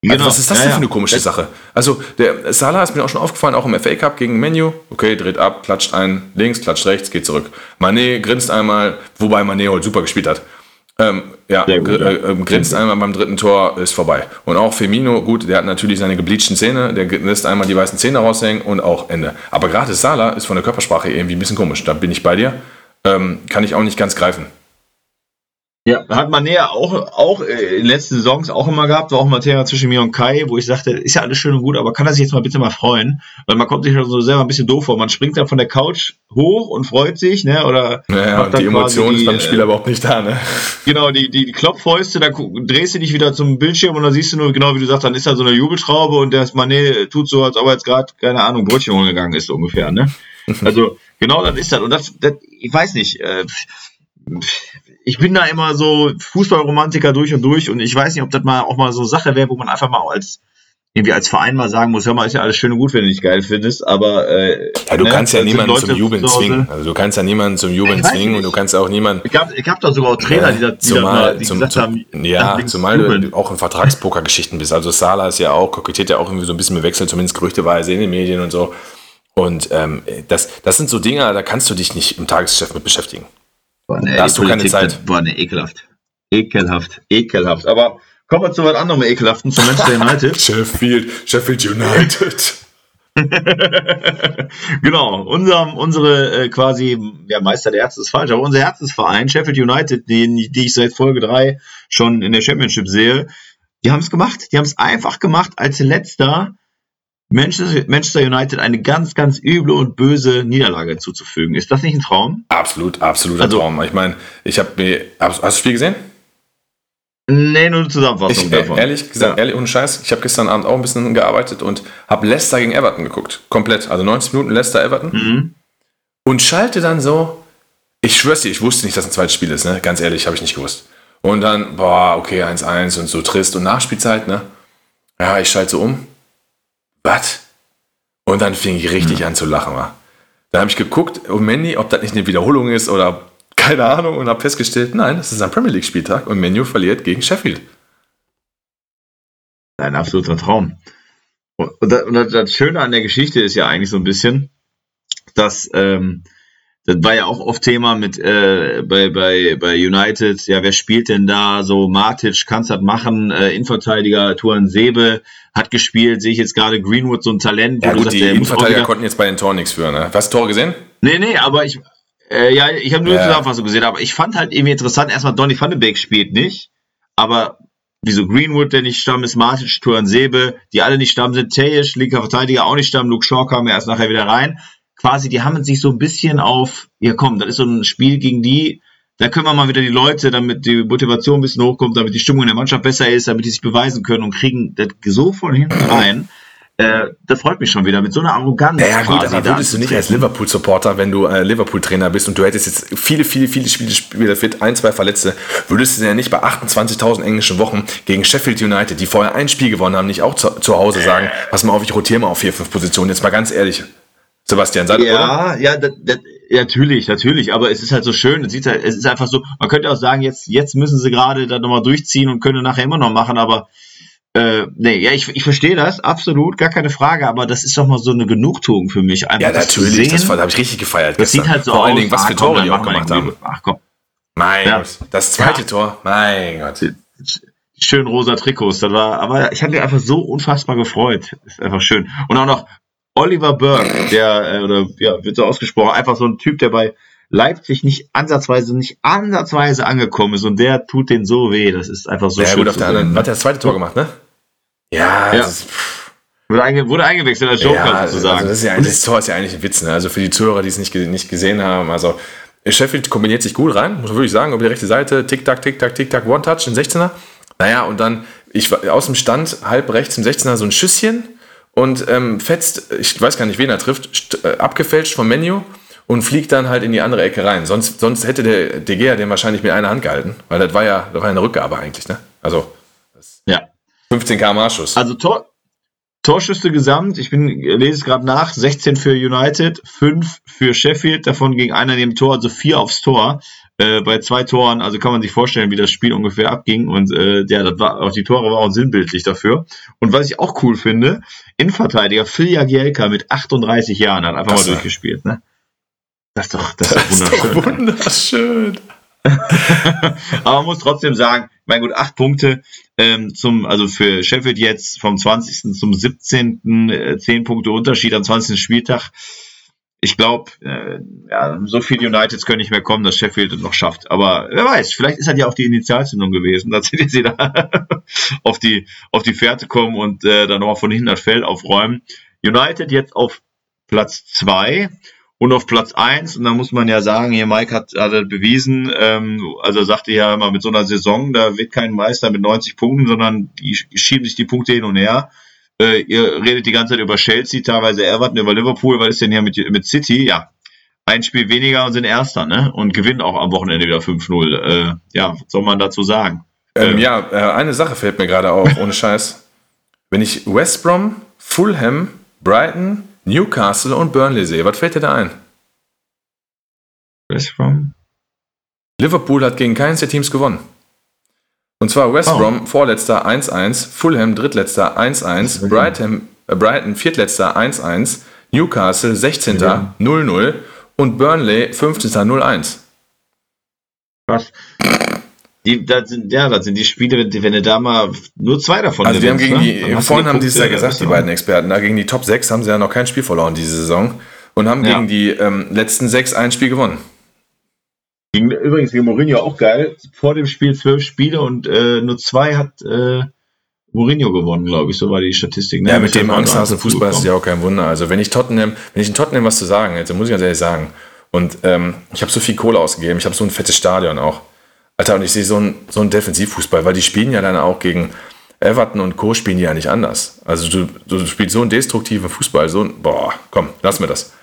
Also Genau. was ist das Ja, denn ja. für eine komische Das- Sache? Also der Salah ist mir auch schon aufgefallen, auch im F A Cup gegen Menu. Okay, dreht ab, klatscht ein, links, klatscht rechts, geht zurück. Mané grinst einmal, wobei Mané heute super gespielt hat. Ähm, ja, Sehr gut, gr- ja. äh, äh, grinst einmal beim dritten Tor, ist vorbei. Und auch Firmino, gut, der hat natürlich seine gebleachten Zähne, der lässt einmal die weißen Zähne raushängen und auch Ende. Aber gerade Salah ist von der Körpersprache irgendwie ein bisschen komisch. Da bin ich bei dir. Ähm, kann ich auch nicht ganz greifen. Ja, hat man näher auch, auch äh, in den letzten Saisons auch immer gehabt, war auch mal Thema zwischen mir und Kai, wo ich sagte, ist ja alles schön und gut, aber kann er sich jetzt mal bitte mal freuen? Weil man kommt sich schon so selber ein bisschen doof vor. Man springt dann von der Couch hoch und freut sich, ne? Oder Naja, macht und dann die Emotion quasi ist beim die, Spieler überhaupt nicht da, ne? Genau, die, die, die Klopffäuste, dann gu- drehst du dich wieder zum Bildschirm und dann siehst du nur, genau wie du sagst, dann ist da so eine Jubelschraube und der Mané tut so, als ob er jetzt gerade, keine Ahnung, Brötchen holen gegangen ist, so ungefähr, ne? Also, genau das ist das. Und das, das ich weiß nicht, äh, ich bin da immer so Fußballromantiker durch und durch und ich weiß nicht, ob das mal auch mal so eine Sache wäre, wo man einfach mal als irgendwie als Verein mal sagen muss, hör mal, ist ja alles schön und gut, wenn du dich geil findest, aber äh, Ja, du ne, kannst ja dann sind niemanden Leute zum Jubeln zu Hause- zwingen. Also du kannst ja niemanden zum Jubeln Ich weiß zwingen und nicht. du kannst auch niemanden. Ich gab, ich gab da sogar auch Trainer, die, da, die, zumal, da, die zum, gesagt zum, haben, ja, nach links zumal jubeln. du auch in Vertragspoker-Geschichten bist. Also Salah ist ja auch, kokettiert ja auch irgendwie so ein bisschen mit Wechsel, zumindest gerüchteweise in den Medien und so. Und ähm, das, das sind so Dinge, da kannst du dich nicht im Tagesgeschäft mit beschäftigen. Boah, nee, Da hast die du keine Politik, Zeit. das- Boah, ne, ekelhaft. Ekelhaft, ekelhaft. Aber kommen wir zu was anderem ekelhaften, zu Manchester United. Sheffield, Sheffield United. Genau, unser, unsere äh, quasi, ja, Meister der Ärzte ist falsch, aber unser Herzensverein, Sheffield United, den, die ich seit Folge drei schon in der Championship sehe, die haben es gemacht. Die haben es einfach gemacht, als letzter Manchester, Manchester United eine ganz, ganz üble und böse Niederlage zuzufügen. Ist das nicht ein Traum? Absolut, absoluter Also- Traum. Ich meine, ich habe mir. Hast, hast du das Spiel gesehen? Nee, nur eine Zusammenfassung Ich, äh, davon. ehrlich gesagt, Ja. ehrlich, ohne Scheiß, ich habe gestern Abend auch ein bisschen gearbeitet und habe Leicester gegen Everton geguckt. Komplett. Also neunzig Minuten Leicester Everton. Mhm. Und schalte dann so, ich schwör's dir, ich wusste nicht, dass ein zweites Spiel ist, ne? Ganz ehrlich, habe ich nicht gewusst. Und dann, boah, okay, eins eins und so trist und Nachspielzeit, ne? Ja, ich schalte so um. Was? Und dann fing ich richtig an zu lachen, wa? Dann habe ich geguckt, um Mandy, ob das nicht eine Wiederholung ist oder keine Ahnung, und habe festgestellt, nein, das ist ein Premier League Spieltag und Menu verliert gegen Sheffield. Ein absoluter Traum. Und das, und das Schöne an der Geschichte ist ja eigentlich so ein bisschen, dass ähm, das war ja auch oft Thema mit äh, bei, bei, bei United, ja, wer spielt denn da? So Matic, kannst das machen, äh, Innenverteidiger Tuan Sebe hat gespielt, sehe ich jetzt gerade Greenwood, so ein Talent. wo Ja du gut, sagst, die der muss auch Innenverteidiger wieder- konnten jetzt bei den Toren nichts führen, ne? Hast du Tore gesehen? Nee, nee, aber ich, äh, ja, ich habe nur Ja. die Zusammenfassung gesehen, aber ich fand halt irgendwie interessant, erstmal Donny van de Beek spielt nicht, aber wieso Greenwood, der nicht stamm ist, Matic, Tuan Sebe, die alle nicht stamm sind, Tejic, linker Verteidiger auch nicht stamm, Luke Shaw kam ja erst nachher wieder rein. Quasi, die haben sich so ein bisschen auf, ja komm, das ist so ein Spiel gegen die, da können wir mal wieder die Leute, damit die Motivation ein bisschen hochkommt, damit die Stimmung in der Mannschaft besser ist, damit die sich beweisen können und kriegen das so von hinten rein. Äh, das freut mich schon wieder, mit so einer Arroganz. Ja, ja gut, quasi aber da würdest du nicht als anzutreten. Liverpool-Supporter, wenn du äh, Liverpool-Trainer bist und du hättest jetzt viele, viele, viele Spiele, Spieler fit, ein, zwei Verletzte, würdest du ja nicht bei achtundzwanzigtausend englischen Wochen gegen Sheffield United, die vorher ein Spiel gewonnen haben, nicht auch zu, zu Hause sagen, pass mal auf, ich rotiere mal auf vier, fünf Positionen. Jetzt mal ganz ehrlich, Sebastian, sei, oder? Ja, ja, das, das, ja, natürlich, natürlich, aber es ist halt so schön, es, sieht halt, es ist einfach so, man könnte auch sagen, jetzt, jetzt müssen sie gerade da nochmal durchziehen und können nachher immer noch machen, aber äh, nee, ja, ich, ich verstehe das, absolut, gar keine Frage, aber das ist doch mal so eine Genugtuung für mich. Einfach Ja, das zu natürlich, sehen. das, das habe ich richtig gefeiert Das gestern. sieht halt so Vor aus. allen Dingen, was ah, für komm, Tore dann die auch machen wir gemacht irgendwie- haben. Ach komm, Mein Ja. Gott, das zweite Tor, mein Gott. die schönen rosa Trikots, das war, aber ich habe mich einfach so unfassbar gefreut. Ist einfach schön. Und auch noch Oliver Burke, der, äh, oder ja, wird so ausgesprochen, einfach so ein Typ, der bei Leipzig nicht ansatzweise, nicht ansatzweise angekommen ist und der tut den so weh. Das ist einfach so Ja schön. gut, auf zu der sehen, anderen, ne? hat er das zweite Tor gemacht, ne? Ja, Ja. das ist, pff, Wurde, einge wurde eingewechselt als Joker ja, sozusagen. also das, ist ja, das Tor ist ja eigentlich ein Witz, ne? Also für die Zuhörer, die es nicht, ge- nicht gesehen haben, also Sheffield kombiniert sich gut rein, muss man wirklich sagen, über die rechte Seite, Tick-Tack, Tick-Tack, Tick-Tack, One-Touch, ein sechzehner. Naja, und dann, ich war aus dem Stand, halb rechts im sechzehner so ein Schüsschen und ähm, fetzt, ich weiß gar nicht, wen er trifft, st- äh, abgefälscht vom Menu und fliegt dann halt in die andere Ecke rein. Sonst, sonst hätte der De Gea den wahrscheinlich mit einer Hand gehalten, weil das war ja, das war ja eine Rückgabe eigentlich, ne? Also Ja. fünfzehn Kilometer pro Schuss. Also Tor, Torschüsse gesamt, ich bin, lese es gerade nach, sechzehn für United, fünf für Sheffield, davon gegen einer neben Tor, also vier aufs Tor. äh, bei zwei Toren. Also kann man sich vorstellen, wie das Spiel ungefähr abging. Und äh, ja, das war auch die Tore waren auch sinnbildlich dafür. Und was ich auch cool finde, Innenverteidiger Phil Jagielka mit achtunddreißig Jahren hat einfach das mal durchgespielt. Ne? Das ist doch, das ist das doch wunderschön. Ist doch wunderschön. Aber man muss trotzdem sagen, mein gut, acht Punkte ähm, zum, also für Sheffield jetzt vom zwanzigsten zum siebzehnten Äh, zehn Punkte Unterschied am zwanzigsten Spieltag. Ich glaube, äh, ja, so viele Uniteds können nicht mehr kommen, dass Sheffield es noch schafft. Aber wer weiß, vielleicht ist das ja auch die Initialzündung gewesen, dass sie sie da auf die auf die Fährte kommen und äh, dann nochmal von hinten das Feld aufräumen. United jetzt auf Platz zwei. Und auf Platz eins, und da muss man ja sagen, hier Mike hat, hat er bewiesen, ähm, also er sagte ja immer, mit so einer Saison, da wird kein Meister mit neunzig Punkten, sondern die schieben sich die Punkte hin und her. Äh, ihr redet die ganze Zeit über Chelsea, teilweise Everton, über Liverpool, was ist denn hier mit, mit City? Ja, ein Spiel weniger und sind Erster, ne? Und gewinnen auch am Wochenende wieder fünf null. Äh, ja, was soll man dazu sagen? Ähm, ähm, ja, äh, eine Sache fällt mir gerade auf, ohne Scheiß. Wenn ich West Brom, Fulham, Brighton, Newcastle und Burnley sehe, was fällt dir da ein? West Brom? Liverpool hat gegen keines der Teams gewonnen. Und zwar West Oh. Brom, Vorletzter eins eins, Fulham, Drittletzter eins eins, Brighton, äh, Brighton, Viertletzter eins eins, Newcastle, Sechzehnter Ja. null null und Burnley, Fünfzehnter null eins. Was? Die, das sind, ja, das sind die Spiele, wenn, wenn du da mal nur zwei davon Also die haben gewinnst, gegen ne? Dann die, hast du vorhin haben die es ja Punkte, gesagt, das die ist beiden Experten, da gegen die Top sechs haben sie ja noch kein Spiel verloren diese Saison und haben Ja. gegen die ähm, letzten sechs ein Spiel gewonnen. Gegen, übrigens gegen Mourinho auch geil. Vor dem Spiel zwölf Spiele und äh, nur zwei hat äh, Mourinho gewonnen, glaube ich. So war die Statistik. Ne? Ja, mit dem Ist Angsthasen dazu Fußball ist es gekommen. ja auch kein Wunder. Also wenn ich Tottenham, wenn ich in Tottenham was zu sagen hätte, muss ich ganz ehrlich sagen. Und ähm, ich habe so viel Kohle ausgegeben, ich habe so ein fettes Stadion auch. Alter, und ich sehe so einen so einen Defensivfußball, weil die spielen ja dann auch gegen Everton und Co. spielen die ja nicht anders. Also du, du spielst so einen destruktiven Fußball, so ein, boah, komm, lass mir das.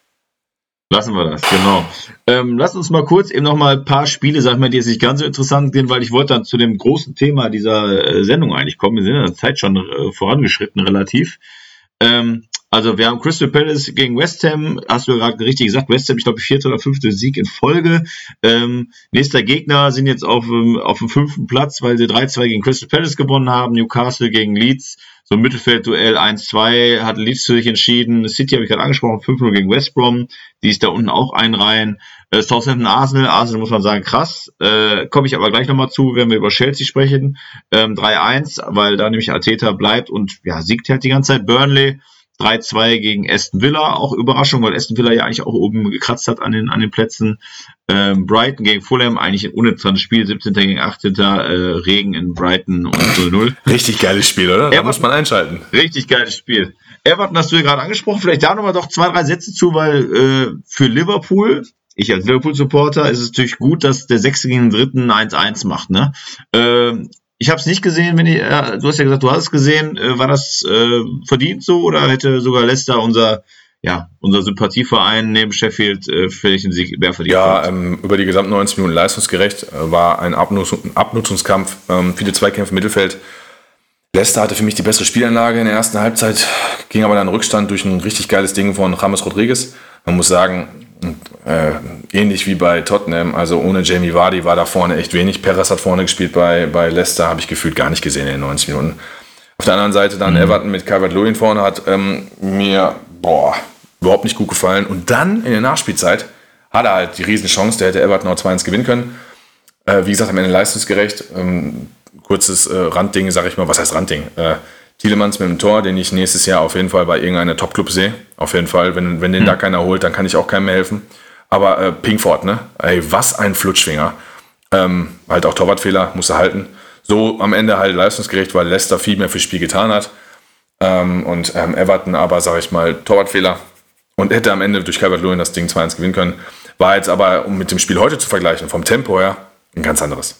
Lassen wir das, genau. Ähm, lass uns mal kurz eben noch mal ein paar Spiele, sag ich mal, die jetzt nicht ganz so interessant sind, weil ich wollte dann zu dem großen Thema dieser äh, Sendung eigentlich kommen. Wir sind in der Zeit schon äh, vorangeschritten relativ. Ähm, also wir haben Crystal Palace gegen West Ham, hast du ja gerade richtig gesagt, West Ham, ich glaube, vierte oder fünfte Sieg in Folge. Ähm, nächster Gegner sind jetzt auf, ähm, auf dem fünften Platz, weil sie drei zwei gegen Crystal Palace gewonnen haben, Newcastle gegen Leeds. So ein Mittelfeldduell eins zwei hat Leeds für sich entschieden. City habe ich gerade angesprochen, fünf null gegen West Brom. Die ist da unten auch einreihen. Äh, Southampton Arsenal. Arsenal muss man sagen, krass. Äh, komme ich aber gleich nochmal zu, wenn wir über Chelsea sprechen. Ähm, drei eins, weil da nämlich Arteta bleibt und ja, siegt halt die ganze Zeit. Burnley drei zwei gegen Aston Villa. Auch Überraschung, weil Aston Villa ja eigentlich auch oben gekratzt hat an den, an den Plätzen. Ähm, Brighton gegen Fulham, eigentlich ein uninteressantes Spiel. siebzehnter gegen achtzehnter Äh, Regen in Brighton und null null. Richtig geiles Spiel, oder? Da Everton. muss man einschalten. Richtig geiles Spiel. Everton hast du ja gerade angesprochen. Vielleicht da nochmal doch zwei, drei Sätze zu, weil äh, für Liverpool, ich als Liverpool-Supporter, ist es natürlich gut, dass der Sechste gegen den Dritten eins eins macht. Ne? Ähm, ich habe es nicht gesehen, wenn ich, äh, du hast ja gesagt, du hast es gesehen. Äh, war das äh, verdient so oder hätte sogar Leicester, unser ja unser Sympathieverein neben Sheffield, äh, vielleicht den Sieg mehr verdient? Ja, ähm, über die gesamten neunzig Minuten leistungsgerecht, äh, war ein Abnutz- Abnutzungskampf, ähm, viele Zweikämpfe im Mittelfeld. Leicester hatte für mich die bessere Spielanlage in der ersten Halbzeit, ging aber dann Rückstand durch ein richtig geiles Ding von James Rodriguez. Man muss sagen, äh, ähnlich wie bei Tottenham, also ohne Jamie Vardy war da vorne echt wenig. Perez hat vorne gespielt bei, bei Leicester, habe ich gefühlt gar nicht gesehen in den neunzig Minuten. Auf der anderen Seite dann mhm. Everton mit Calvert-Lewin vorne hat ähm, mir boah, überhaupt nicht gut gefallen. Und dann in der Nachspielzeit hat er halt die Riesenchance, der hätte Everton auch zwei eins gewinnen können. Äh, wie gesagt, am Ende leistungsgerecht. Ähm, kurzes äh, Randding, sag ich mal. Was heißt Randding? Äh, Tielemans mit dem Tor, den ich nächstes Jahr auf jeden Fall bei irgendeiner Top-Club sehe. Auf jeden Fall. Wenn, wenn den mhm. da keiner holt, dann kann ich auch keinem mehr helfen. Aber äh, Pinkford, ne? Ey, was ein Flutschfinger. Ähm, halt auch Torwartfehler, muss er halten. So am Ende halt leistungsgerecht, weil Leicester viel mehr fürs Spiel getan hat. Ähm, und ähm, Everton aber, sag ich mal, Torwartfehler. Und hätte am Ende durch Calvert-Lewin das Ding zwei eins gewinnen können. War jetzt aber, um mit dem Spiel heute zu vergleichen, vom Tempo her, ein ganz anderes.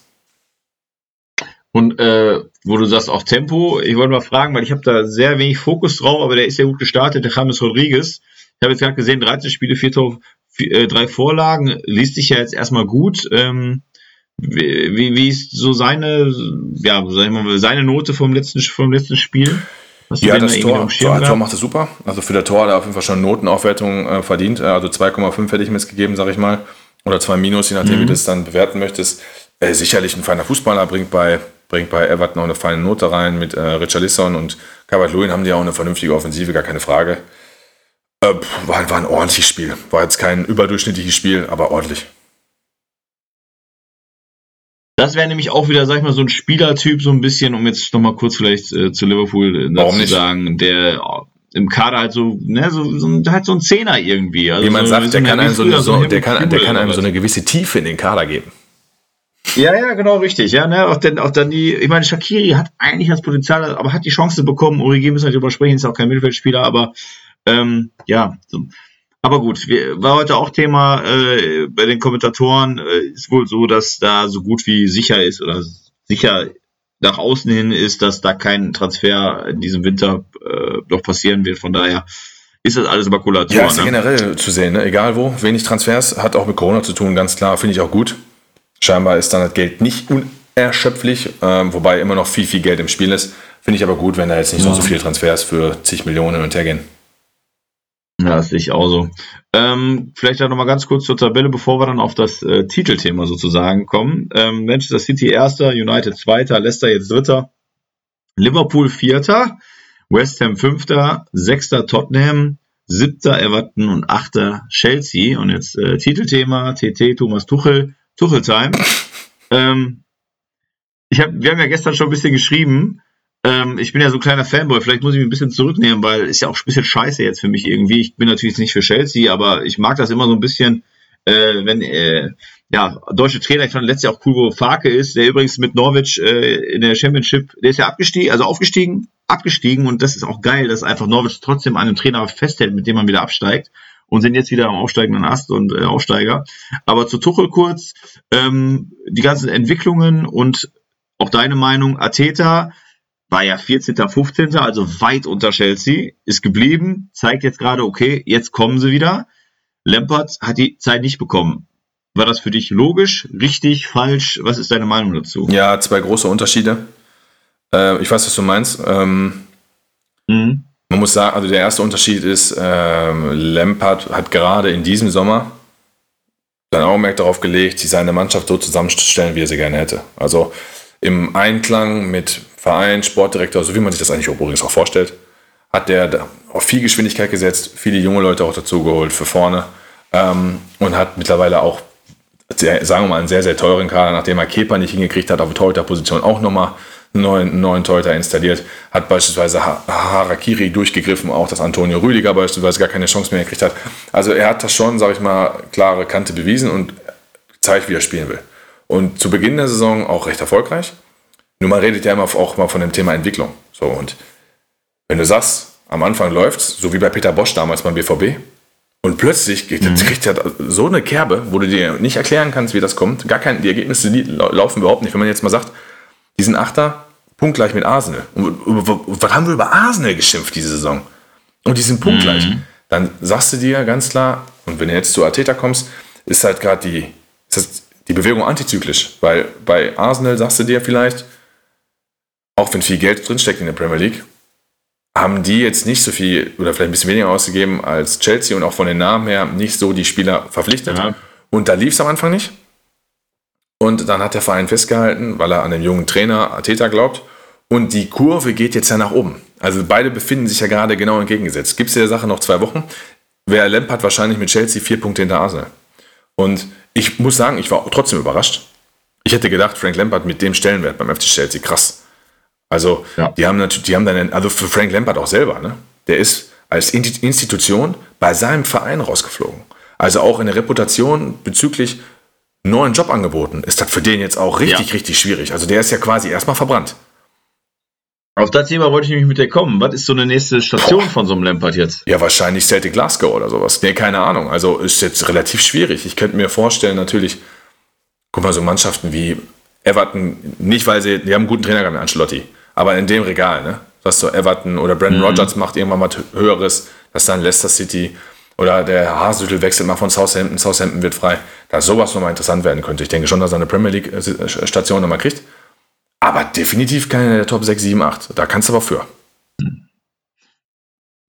Und äh, wo du sagst, auch Tempo, ich wollte mal fragen, weil ich habe da sehr wenig Fokus drauf, aber der ist ja gut gestartet, der James Rodriguez. Ich habe jetzt gerade gesehen, dreizehn Spiele, vier Tore, vier, äh, drei Vorlagen, liest sich ja jetzt erstmal gut. Ähm, wie, wie, wie ist so seine, ja, sag ich mal, seine Note vom letzten, vom letzten Spiel? Hast du Ja, den das da Tor, irgendwie auf dem Schirm Tor, Tor gehabt? macht er super. Also für der Tor hat er auf jeden Fall schon Notenaufwertung äh, verdient. Also zwei Komma fünf hätte ich mir jetzt gegeben, sag ich mal. oder zwei Minus, je nachdem, Mhm. wie du es dann bewerten möchtest. Äh, sicherlich ein feiner Fußballer, bringt bei, bringt bei Everton auch eine feine Note rein. Mit äh, Richarlison und Calvert-Lewin haben die auch eine vernünftige Offensive, gar keine Frage. Äh, war, war ein ordentliches Spiel. War jetzt kein überdurchschnittliches Spiel, aber ordentlich. Das wäre nämlich auch wieder, sag ich mal, so ein Spielertyp, so ein bisschen, um jetzt nochmal kurz vielleicht äh, zu Liverpool äh, Warum zu nicht? sagen, der äh, im Kader halt so, ne, so, so ein- halt so ein Zehner irgendwie. Also Jemand so, sagt, der eine- kann wie einem so, früher eine, so, ein der kann, der kann einem so Helmut eine gewisse Tiefe in den Kader geben. Ja, ja, genau, richtig. Ja, ne, auch, denn, auch dann die, ich meine, Shaqiri hat eigentlich das Potenzial, aber hat die Chance bekommen. Origi müssen wir nicht drüber sprechen, ist ja auch kein Mittelfeldspieler, aber ähm, ja, so. Aber gut, wir, war heute auch Thema äh, bei den Kommentatoren, äh, ist wohl so, dass da so gut wie sicher ist oder sicher nach außen hin ist, dass da kein Transfer in diesem Winter äh, noch passieren wird. Von daher ist das alles Makulatur. Ja, ist ja ne? generell zu sehen, ne? Egal wo, wenig Transfers, hat auch mit Corona zu tun, ganz klar, finde ich auch gut. Scheinbar ist dann das Geld nicht unerschöpflich, ähm, wobei immer noch viel, viel Geld im Spiel ist. Finde ich aber gut, wenn da jetzt nicht Ja. so, so viele Transfers für zig Millionen hin und her gehen. Ja, das sehe ich auch so. Ähm, vielleicht noch mal ganz kurz zur Tabelle, bevor wir dann auf das äh, Titelthema sozusagen kommen. Ähm, Manchester City Erster, United Zweiter, Leicester jetzt Dritter, Liverpool Vierter, West Ham Fünfter, Sechster Tottenham, Siebter Everton und Achter Chelsea. Und jetzt äh, Titelthema, T T Thomas Tuchel, Tuchel-Time. Ähm, ich hab, wir haben ja gestern schon ein bisschen geschrieben. Ähm, ich bin ja so ein kleiner Fanboy, vielleicht muss ich mich ein bisschen zurücknehmen, weil ist ja auch ein bisschen scheiße jetzt für mich irgendwie. Ich bin natürlich nicht für Chelsea, aber ich mag das immer so ein bisschen, äh, wenn, äh, ja, deutsche Trainer, ich fand letztes Jahr auch cool, wo Farke ist, der übrigens mit Norwich äh, in der Championship, der ist ja abgestiegen, also aufgestiegen, abgestiegen und das ist auch geil, dass einfach Norwich trotzdem an einem Trainer festhält, mit dem man wieder absteigt und sind jetzt wieder am aufsteigenden Ast und äh, Aufsteiger. Aber zu Tuchel kurz, ähm, die ganzen Entwicklungen und auch deine Meinung, Arteta war ja vierzehnter, fünfzehnter, also weit unter Chelsea, ist geblieben, zeigt jetzt gerade, okay, jetzt kommen sie wieder. Lampard hat die Zeit nicht bekommen. War das für dich logisch, richtig, falsch? Was ist deine Meinung dazu? Ja, zwei große Unterschiede. Äh, ich weiß, was du meinst. Ähm, Mhm. man muss sagen, also der erste Unterschied ist, ähm, Lampard hat gerade in diesem Sommer sein Augenmerk darauf gelegt, sich seine Mannschaft so zusammenzustellen, wie er sie gerne hätte. Also im Einklang mit Verein, Sportdirektor, so wie man sich das eigentlich übrigens auch vorstellt, hat der da auf viel Geschwindigkeit gesetzt, viele junge Leute auch dazu geholt für vorne ähm, und hat mittlerweile auch, sehr, sagen wir mal, einen sehr, sehr teuren Kader, nachdem er Kepa nicht hingekriegt hat, auf der Torhüterposition auch nochmal einen neuen, einen neuen Torhüter installiert, hat beispielsweise ha- Harakiri durchgegriffen, auch dass Antonio Rüdiger beispielsweise gar keine Chance mehr gekriegt hat. Also er hat das schon, sage ich mal, klare Kante bewiesen und gezeigt, wie er spielen will. Und zu Beginn der Saison auch recht erfolgreich. Nur man redet ja immer auch mal von dem Thema Entwicklung. So, und wenn du sagst, am Anfang läuft's, so wie bei Peter Bosch damals beim B V B, und plötzlich geht, mhm. kriegt er so eine Kerbe, wo du dir nicht erklären kannst, wie das kommt. Gar kein, die Ergebnisse die laufen überhaupt nicht. Wenn man jetzt mal sagt, die sind Achter, punktgleich mit Arsenal. Und, und, und was haben wir über Arsenal geschimpft diese Saison? Und die sind punktgleich. Mhm. Dann sagst du dir ganz klar, und wenn du jetzt zu Arteta kommst, ist halt gerade die, ist das die Bewegung antizyklisch. Weil bei Arsenal sagst du dir vielleicht, auch wenn viel Geld drinsteckt in der Premier League, haben die jetzt nicht so viel oder vielleicht ein bisschen weniger ausgegeben als Chelsea und auch von den Namen her nicht so die Spieler verpflichtet. Ja. Und da lief es am Anfang nicht. Und dann hat der Verein festgehalten, weil er an den jungen Trainer Arteta glaubt. Und die Kurve geht jetzt ja nach oben. Also beide befinden sich ja gerade genau entgegengesetzt. Gibt es der Sache noch zwei Wochen, wäre Lampard wahrscheinlich mit Chelsea vier Punkte hinter Arsenal. Und ich muss sagen, ich war trotzdem überrascht. Ich hätte gedacht, Frank Lampard mit dem Stellenwert beim F C Chelsea, krass. Also, ja. die haben natürlich, die haben dann, also für Frank Lampard auch selber, ne? Der ist als Institution bei seinem Verein rausgeflogen. Also auch in der Reputation bezüglich neuen Jobangeboten ist das für den jetzt auch richtig, ja. richtig schwierig. Also der ist ja quasi erstmal verbrannt. Auf das Thema wollte ich nämlich mit dir kommen. Was ist so eine nächste Station Boah. von so einem Lampard jetzt? Ja, wahrscheinlich Celtic Glasgow oder sowas. Nee, keine Ahnung. Also ist jetzt relativ schwierig. Ich könnte mir vorstellen, natürlich, guck mal, so Mannschaften wie Everton, nicht weil sie, die haben einen guten Trainer gehabt mit Ancelotti, aber in dem Regal, ne? Dass so Everton oder Brendan mhm. Rodgers macht irgendwann mal Höheres, dass dann Leicester City oder der Hasenhüttl wechselt mal von Southampton, Southampton wird frei, dass sowas nochmal interessant werden könnte. Ich denke schon, dass er eine Premier League-Station nochmal kriegt, aber definitiv keine der Top sechs, sieben, acht. Da kannst du aber für.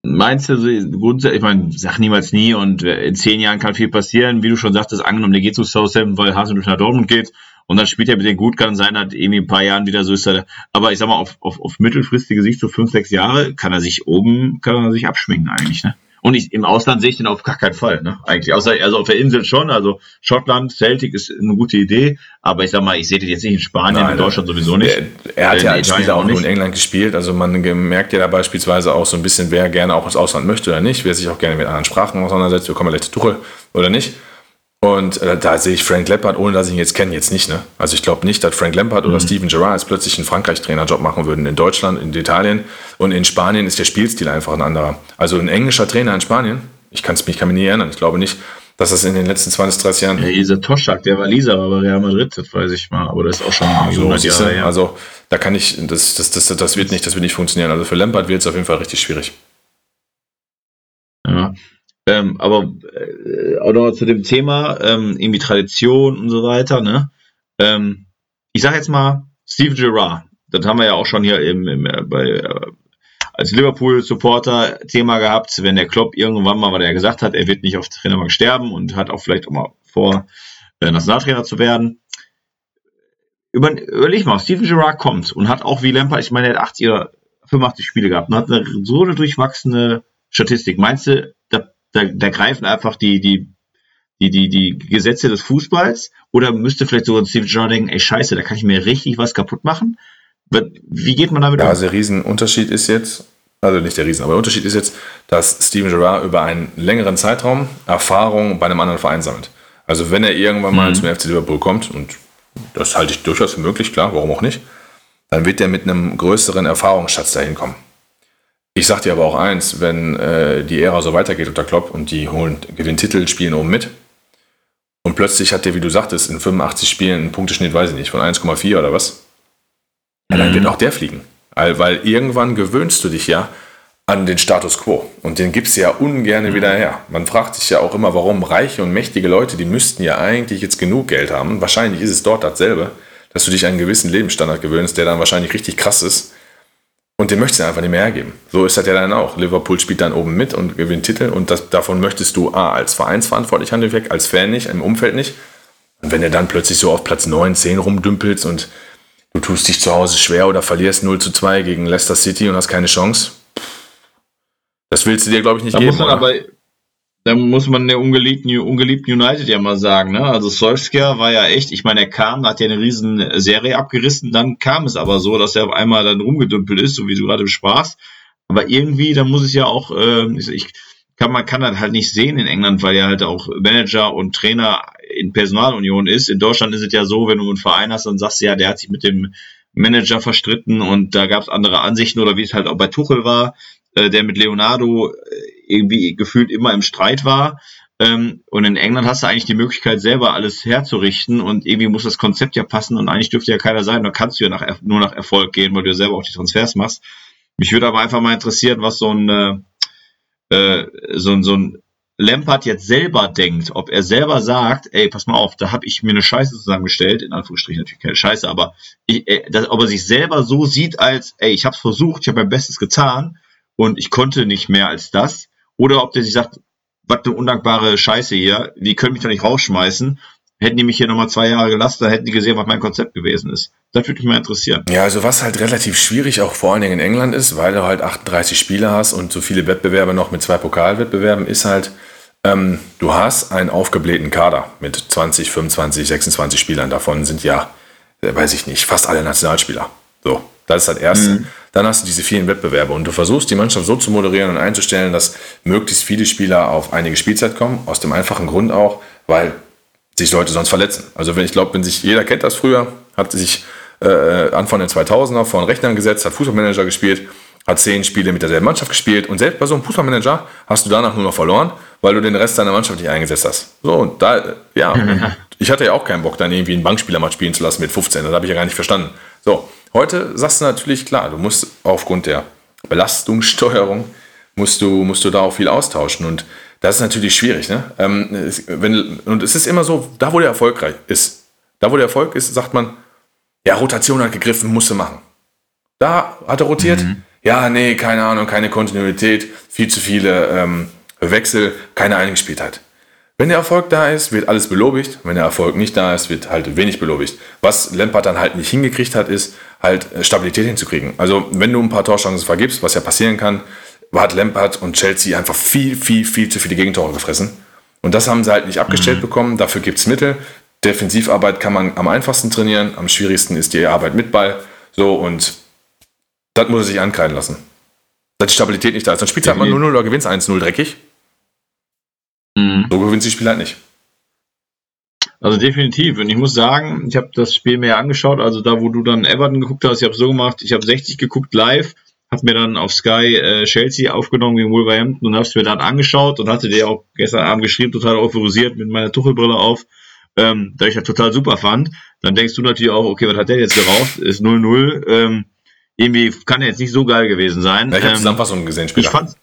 Meinst du, grundsätzlich, ich meine, sag niemals nie und in zehn Jahren kann viel passieren, wie du schon sagtest, angenommen, der geht zu Southampton, weil Hasenhüttl nach Dortmund geht und dann spielt er mit denen gut, kann sein, hat irgendwie ein paar Jahren wieder so ist er, aber ich sag mal, auf, auf, auf mittelfristige Sicht, so fünf, sechs Jahre, kann er sich oben, kann er sich abschminken eigentlich, ne? Und ich, im Ausland sehe ich den auf gar keinen Fall, ne? Eigentlich. Außer, also auf der Insel schon, also Schottland, Celtic ist eine gute Idee, aber ich sag mal, ich sehe den jetzt nicht in Spanien, Nein, in Deutschland sowieso nicht. Er, er hat ja als Spieler auch nur in England gespielt, also man merkt ja da beispielsweise auch so ein bisschen, wer gerne auch ins Ausland möchte oder nicht, wer sich auch gerne mit anderen Sprachen auseinandersetzt, wir kommen gleich zu Tuchel oder nicht. Und äh, da sehe ich Frank Lampard, ohne dass ich ihn jetzt kenne, jetzt nicht. Ne? Also ich glaube nicht, dass Frank Lampard mhm. oder Steven Gerrard jetzt plötzlich einen Frankreich-Trainerjob machen würden. In Deutschland, in Italien und in Spanien ist der Spielstil einfach ein anderer. Also ein englischer Trainer in Spanien, ich, kann's, ich kann mich nie erinnern, ich glaube nicht, dass das in den letzten zwanzig, dreißig Jahren... Ja, dieser Toschak, der war Lisa, aber Real Madrid, das weiß ich mal, aber das ist auch schon ah, so, hundert Jahre her. Also da kann ich, das, das, das, das, wird nicht, das wird nicht funktionieren. Also für Lampard wird es auf jeden Fall richtig schwierig. Ja. Ähm, aber äh, auch noch zu dem Thema, ähm, irgendwie Tradition und so weiter, ne? Ähm, ich sag jetzt mal, Steven Gerrard, das haben wir ja auch schon hier im, im, äh, bei, äh, als Liverpool-Supporter Thema gehabt, wenn der Klopp irgendwann mal, weil er gesagt hat, er wird nicht auf Trainerbank sterben und hat auch vielleicht auch mal vor, äh, Nationaltrainer zu werden. Über, überleg mal, Steven Gerrard kommt und hat auch wie Lampard, ich meine, er hat achtzig oder fünfundachtzig Spiele gehabt und hat eine, so eine durchwachsene Statistik. Meinst du, da Da, da greifen einfach die, die, die, die, die Gesetze des Fußballs oder müsste vielleicht sogar Steven Gerrard denken, ey scheiße, da kann ich mir richtig was kaputt machen? Wie geht man damit um? Ja, also der Riesenunterschied ist jetzt, also nicht der Riesen, aber der Unterschied ist jetzt, dass Steven Gerrard über einen längeren Zeitraum Erfahrung bei einem anderen Verein sammelt. Also wenn er irgendwann mal mhm. zum F C Liverpool kommt, und das halte ich durchaus für möglich, klar, warum auch nicht, dann wird er mit einem größeren Erfahrungsschatz dahin kommen. Ich sag dir aber auch eins, wenn äh, die Ära so weitergeht unter Klopp und die holen, gewinnen Titel, spielen oben mit und plötzlich hat der, wie du sagtest, in fünfundachtzig Spielen einen Punkteschnitt, weiß ich nicht, von eins Komma vier oder was, mhm. dann wird auch der fliegen. Weil, weil irgendwann gewöhnst du dich ja an den Status Quo und den gibst du ja ungern mhm. wieder her. Man fragt sich ja auch immer, warum reiche und mächtige Leute, die müssten ja eigentlich jetzt genug Geld haben. Wahrscheinlich ist es dort dasselbe, dass du dich an einen gewissen Lebensstandard gewöhnst, der dann wahrscheinlich richtig krass ist. Und den möchtest du einfach nicht mehr hergeben. So ist das ja dann auch. Liverpool spielt dann oben mit und gewinnt Titel und das, davon möchtest du A, als Vereinsverantwortlicher weg, als Fan nicht, im Umfeld nicht. Und wenn du dann plötzlich so auf Platz neun, zehn rumdümpelst und du tust dich zu Hause schwer oder verlierst null zu zwei gegen Leicester City und hast keine Chance, das willst du dir, glaube ich, nicht da geben. Muss man aber, da muss man der ungeliebten, ungeliebten United ja mal sagen, ne? Also Solskjaer war ja echt, ich meine, er kam, hat ja eine riesen Serie abgerissen, dann kam es aber so, dass er auf einmal dann rumgedümpelt ist, so wie du gerade sprachst. Aber irgendwie, da muss es ja auch, äh, ich kann, man kann das halt nicht sehen in England, weil er halt auch Manager und Trainer in Personalunion ist. In Deutschland ist es ja so, wenn du einen Verein hast, dann sagst du ja, der hat sich mit dem Manager verstritten und da gab es andere Ansichten oder wie es halt auch bei Tuchel war, äh, der mit Leonardo irgendwie gefühlt immer im Streit war. Ähm, und in England hast du eigentlich die Möglichkeit, selber alles herzurichten und irgendwie muss das Konzept ja passen und eigentlich dürfte ja keiner sein. Da kannst du ja nach, nur nach Erfolg gehen, weil du ja selber auch die Transfers machst. Mich würde aber einfach mal interessieren, was so ein, äh, so ein, so ein Lampard jetzt selber denkt, ob er selber sagt, ey, pass mal auf, da habe ich mir eine Scheiße zusammengestellt, in Anführungsstrichen natürlich keine Scheiße, aber ich, äh, das, ob er sich selber so sieht als, ey, ich habe es versucht, ich habe mein Bestes getan und ich konnte nicht mehr als das. Oder ob der sich sagt, was eine undankbare Scheiße hier, die können mich doch nicht rausschmeißen. Hätten die mich hier nochmal zwei Jahre gelassen, dann hätten die gesehen, was mein Konzept gewesen ist. Das würde mich mal interessieren. Ja, also was halt relativ schwierig auch vor allen Dingen in England ist, weil du halt achtunddreißig Spiele hast und so viele Wettbewerbe noch mit zwei Pokalwettbewerben, ist halt, ähm, du hast einen aufgeblähten Kader mit zwanzig, fünfundzwanzig, sechsundzwanzig Spielern. Davon sind ja, weiß ich nicht, fast alle Nationalspieler. So, das ist das Erste. Mhm. Dann hast du diese vielen Wettbewerbe und du versuchst die Mannschaft so zu moderieren und einzustellen, dass möglichst viele Spieler auf einige Spielzeit kommen, aus dem einfachen Grund auch, weil sich Leute sonst verletzen. Also wenn ich glaube, wenn sich jeder kennt das früher, hat sich äh, Anfang der zweitausender vor einen Rechner gesetzt, hat Fußballmanager gespielt, hat zehn Spiele mit derselben Mannschaft gespielt und selbst bei so einem Fußballmanager hast du danach nur noch verloren, weil du den Rest deiner Mannschaft nicht eingesetzt hast. So, und da, ja, ich hatte ja auch keinen Bock, dann irgendwie einen Bankspieler mal spielen zu lassen mit fünfzehn, das habe ich ja gar nicht verstanden. So, heute sagst du natürlich, klar, du musst aufgrund der Belastungssteuerung, musst du, musst du da auch viel austauschen und das ist natürlich schwierig, ne? Ähm, es, wenn, und es ist immer so, da wo der erfolgreich ist, da wo der Erfolg ist, sagt man, ja, Rotation hat gegriffen, musste machen. Da hat er rotiert, mhm. ja, nee, keine Ahnung, keine Kontinuität, viel zu viele ähm, Wechsel, keine Eingespieltheit. Wenn der Erfolg da ist, wird alles belobigt. Wenn der Erfolg nicht da ist, wird halt wenig belobigt. Was Lampard dann halt nicht hingekriegt hat, ist halt Stabilität hinzukriegen. Also wenn du ein paar Torchancen vergibst, was ja passieren kann, hat Lampard und Chelsea einfach viel, viel, viel zu viele Gegentore gefressen. Und das haben sie halt nicht abgestellt mhm. bekommen. Dafür gibt es Mittel. Defensivarbeit kann man am einfachsten trainieren. Am schwierigsten ist die Arbeit mit Ball. So, und das muss er sich ankreiden lassen. Dass die Stabilität nicht da ist. Dann spielst du halt mal null null oder gewinnst eins null dreckig. Mhm. So gewinnst du das Spiel halt nicht. Also definitiv. Und ich muss sagen, ich habe das Spiel mir angeschaut, also da, wo du dann Everton geguckt hast, ich habe so gemacht, ich habe sechzig geguckt live, habe mir dann auf Sky äh, Chelsea aufgenommen gegen Wolverhampton und habe es mir dann angeschaut und hatte dir auch gestern Abend geschrieben, total euphorisiert mit meiner Tuchelbrille auf, ähm, da ich das total super fand. Dann denkst du natürlich auch, okay, was hat der jetzt geraucht? Ist null null. Ähm, irgendwie kann er jetzt nicht so geil gewesen sein. Ja, ich habe ähm, Zusammenfassungen gesehen später. Ich fand's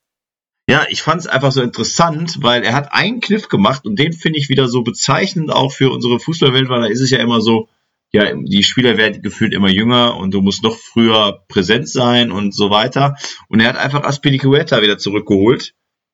Ja, ich fand es einfach so interessant, weil er hat einen Kniff gemacht und den finde ich wieder so bezeichnend auch für unsere Fußballwelt, weil da ist es ja immer so, ja, die Spieler werden gefühlt immer jünger und du musst noch früher präsent sein und so weiter. Und er hat einfach Azpilicueta wieder zurückgeholt.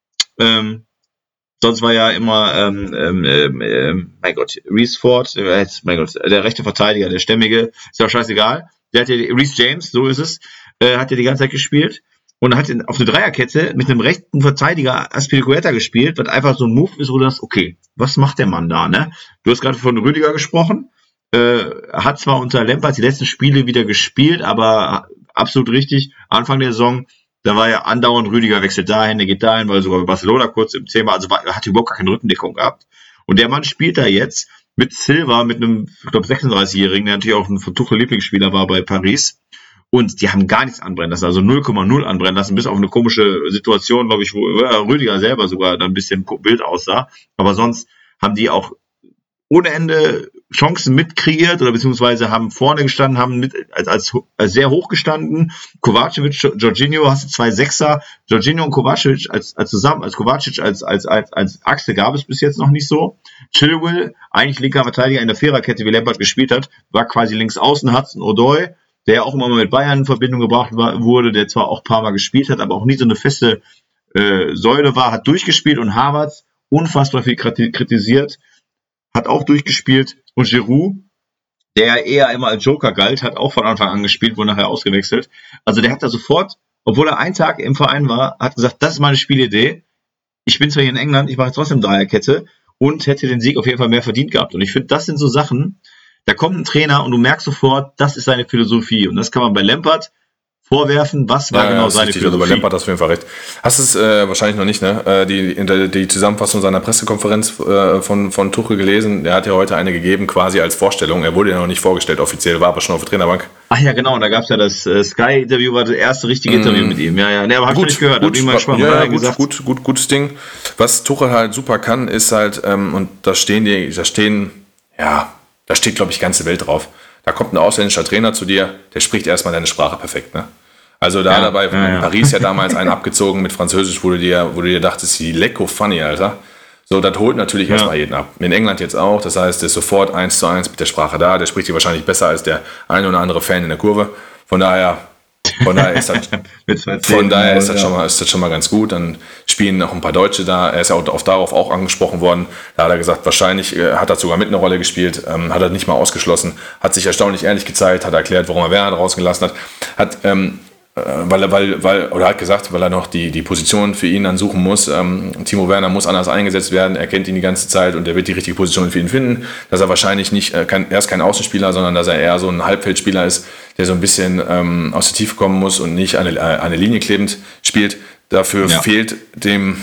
Ähm, sonst war ja immer, ähm, ähm, ähm, mein Gott, Reece Ford, äh, mein Gott, der rechte Verteidiger, der Stämmige, ist ja scheißegal. Der hat ja, Reece James, so ist es, äh, hat ja die ganze Zeit gespielt. Und hat auf eine Dreierkette mit einem rechten Verteidiger Azpilicueta gespielt, was einfach so ein Move ist, wo du sagst, okay, was macht der Mann da, ne? Du hast gerade von Rüdiger gesprochen, äh, hat zwar unter Lampard die letzten Spiele wieder gespielt, aber absolut richtig, Anfang der Saison, da war ja andauernd Rüdiger wechselt dahin, der geht dahin, weil sogar Barcelona kurz im Thema, also war, hat überhaupt gar keine Rückendeckung gehabt. Und der Mann spielt da jetzt mit Silva, mit einem, ich glaube, sechsunddreißigjährigen, der natürlich auch ein von Tuchel Lieblingsspieler war bei Paris. Und die haben gar nichts anbrennen lassen, also null Komma null anbrennen lassen, bis auf eine komische Situation, glaube ich, wo Rüdiger selber sogar dann ein bisschen wild aussah. Aber sonst haben die auch ohne Ende Chancen mitkreiert oder beziehungsweise haben vorne gestanden, haben mit, als, als, als sehr hoch gestanden. Kovacic, Jorginho, hast du zwei Sechser. Jorginho und Kovacic als, als zusammen, als Kovacic als, als, als, als Achse gab es bis jetzt noch nicht so. Chilwell, eigentlich linker Verteidiger in der Viererkette, wie Lampard gespielt hat, war quasi links außen, Hudson Odoi, der auch immer mal mit Bayern in Verbindung gebracht war, wurde, der zwar auch ein paar Mal gespielt hat, aber auch nie so eine feste äh, Säule war, hat durchgespielt und Havertz unfassbar viel kritisiert, hat auch durchgespielt und Giroud, der eher immer als Joker galt, hat auch von Anfang an gespielt, wurde nachher ausgewechselt. Also der hat da sofort, obwohl er einen Tag im Verein war, hat gesagt, das ist meine Spielidee, ich bin zwar hier in England, ich mache trotzdem Dreierkette und hätte den Sieg auf jeden Fall mehr verdient gehabt. Und ich finde, das sind so Sachen, da kommt ein Trainer und du merkst sofort, das ist seine Philosophie. Und das kann man bei Lampard vorwerfen. Was war ja, genau ja, seine richtig. Philosophie? Also bei Lampard hast du auf jeden Fall recht. Hast du es äh, wahrscheinlich noch nicht, ne? Äh, die, die, die Zusammenfassung seiner Pressekonferenz äh, von, von Tuchel gelesen. Er hat ja heute eine gegeben, quasi als Vorstellung. Er wurde ja noch nicht vorgestellt offiziell, war aber schon auf der Trainerbank. Ach ja, genau. Und da gab es ja das äh, Sky-Interview, war das erste richtige mm. Interview mit ihm. Ja, ja. Ne, aber hab ich nicht gehört. Gut, hab ich mal gesprochen. Ja, ja, gut, gut, gut, gutes Ding. Was Tuchel halt super kann, ist halt, ähm, und da stehen die, da stehen, ja, da steht, glaube ich, die ganze Welt drauf. Da kommt ein ausländischer Trainer zu dir, der spricht erstmal deine Sprache perfekt, ne? Also da ja, dabei ja, in ja. Paris ja damals einen abgezogen mit Französisch, wo du dir, wo du dir dachtest, die lecko funny, Alter. So, das holt natürlich ja. erstmal jeden ab. In England jetzt auch, das heißt, der ist sofort eins zu eins mit der Sprache da, der spricht dir wahrscheinlich besser als der eine oder andere Fan in der Kurve. Von daher, von daher ist das, von daher ist das schon mal, ist das schon mal ganz gut. Dann spielen noch ein paar Deutsche da. Er ist ja auch auf, darauf auch angesprochen worden. Da hat er gesagt, wahrscheinlich äh, hat er sogar mit eine Rolle gespielt, ähm, hat er nicht mal ausgeschlossen, hat sich erstaunlich ehrlich gezeigt, hat erklärt, warum er Werner rausgelassen hat, hat, ähm, Weil er, weil, weil, oder hat gesagt, weil er noch die, die Position für ihn dann suchen muss. Ähm, Timo Werner muss anders eingesetzt werden, er kennt ihn die ganze Zeit und er wird die richtige Position für ihn finden. Dass er wahrscheinlich nicht, äh, kein, er ist kein Außenspieler, sondern dass er eher so ein Halbfeldspieler ist, der so ein bisschen ähm, aus der Tiefe kommen muss und nicht an eine, eine Linie klebend spielt. Dafür ja. fehlt dem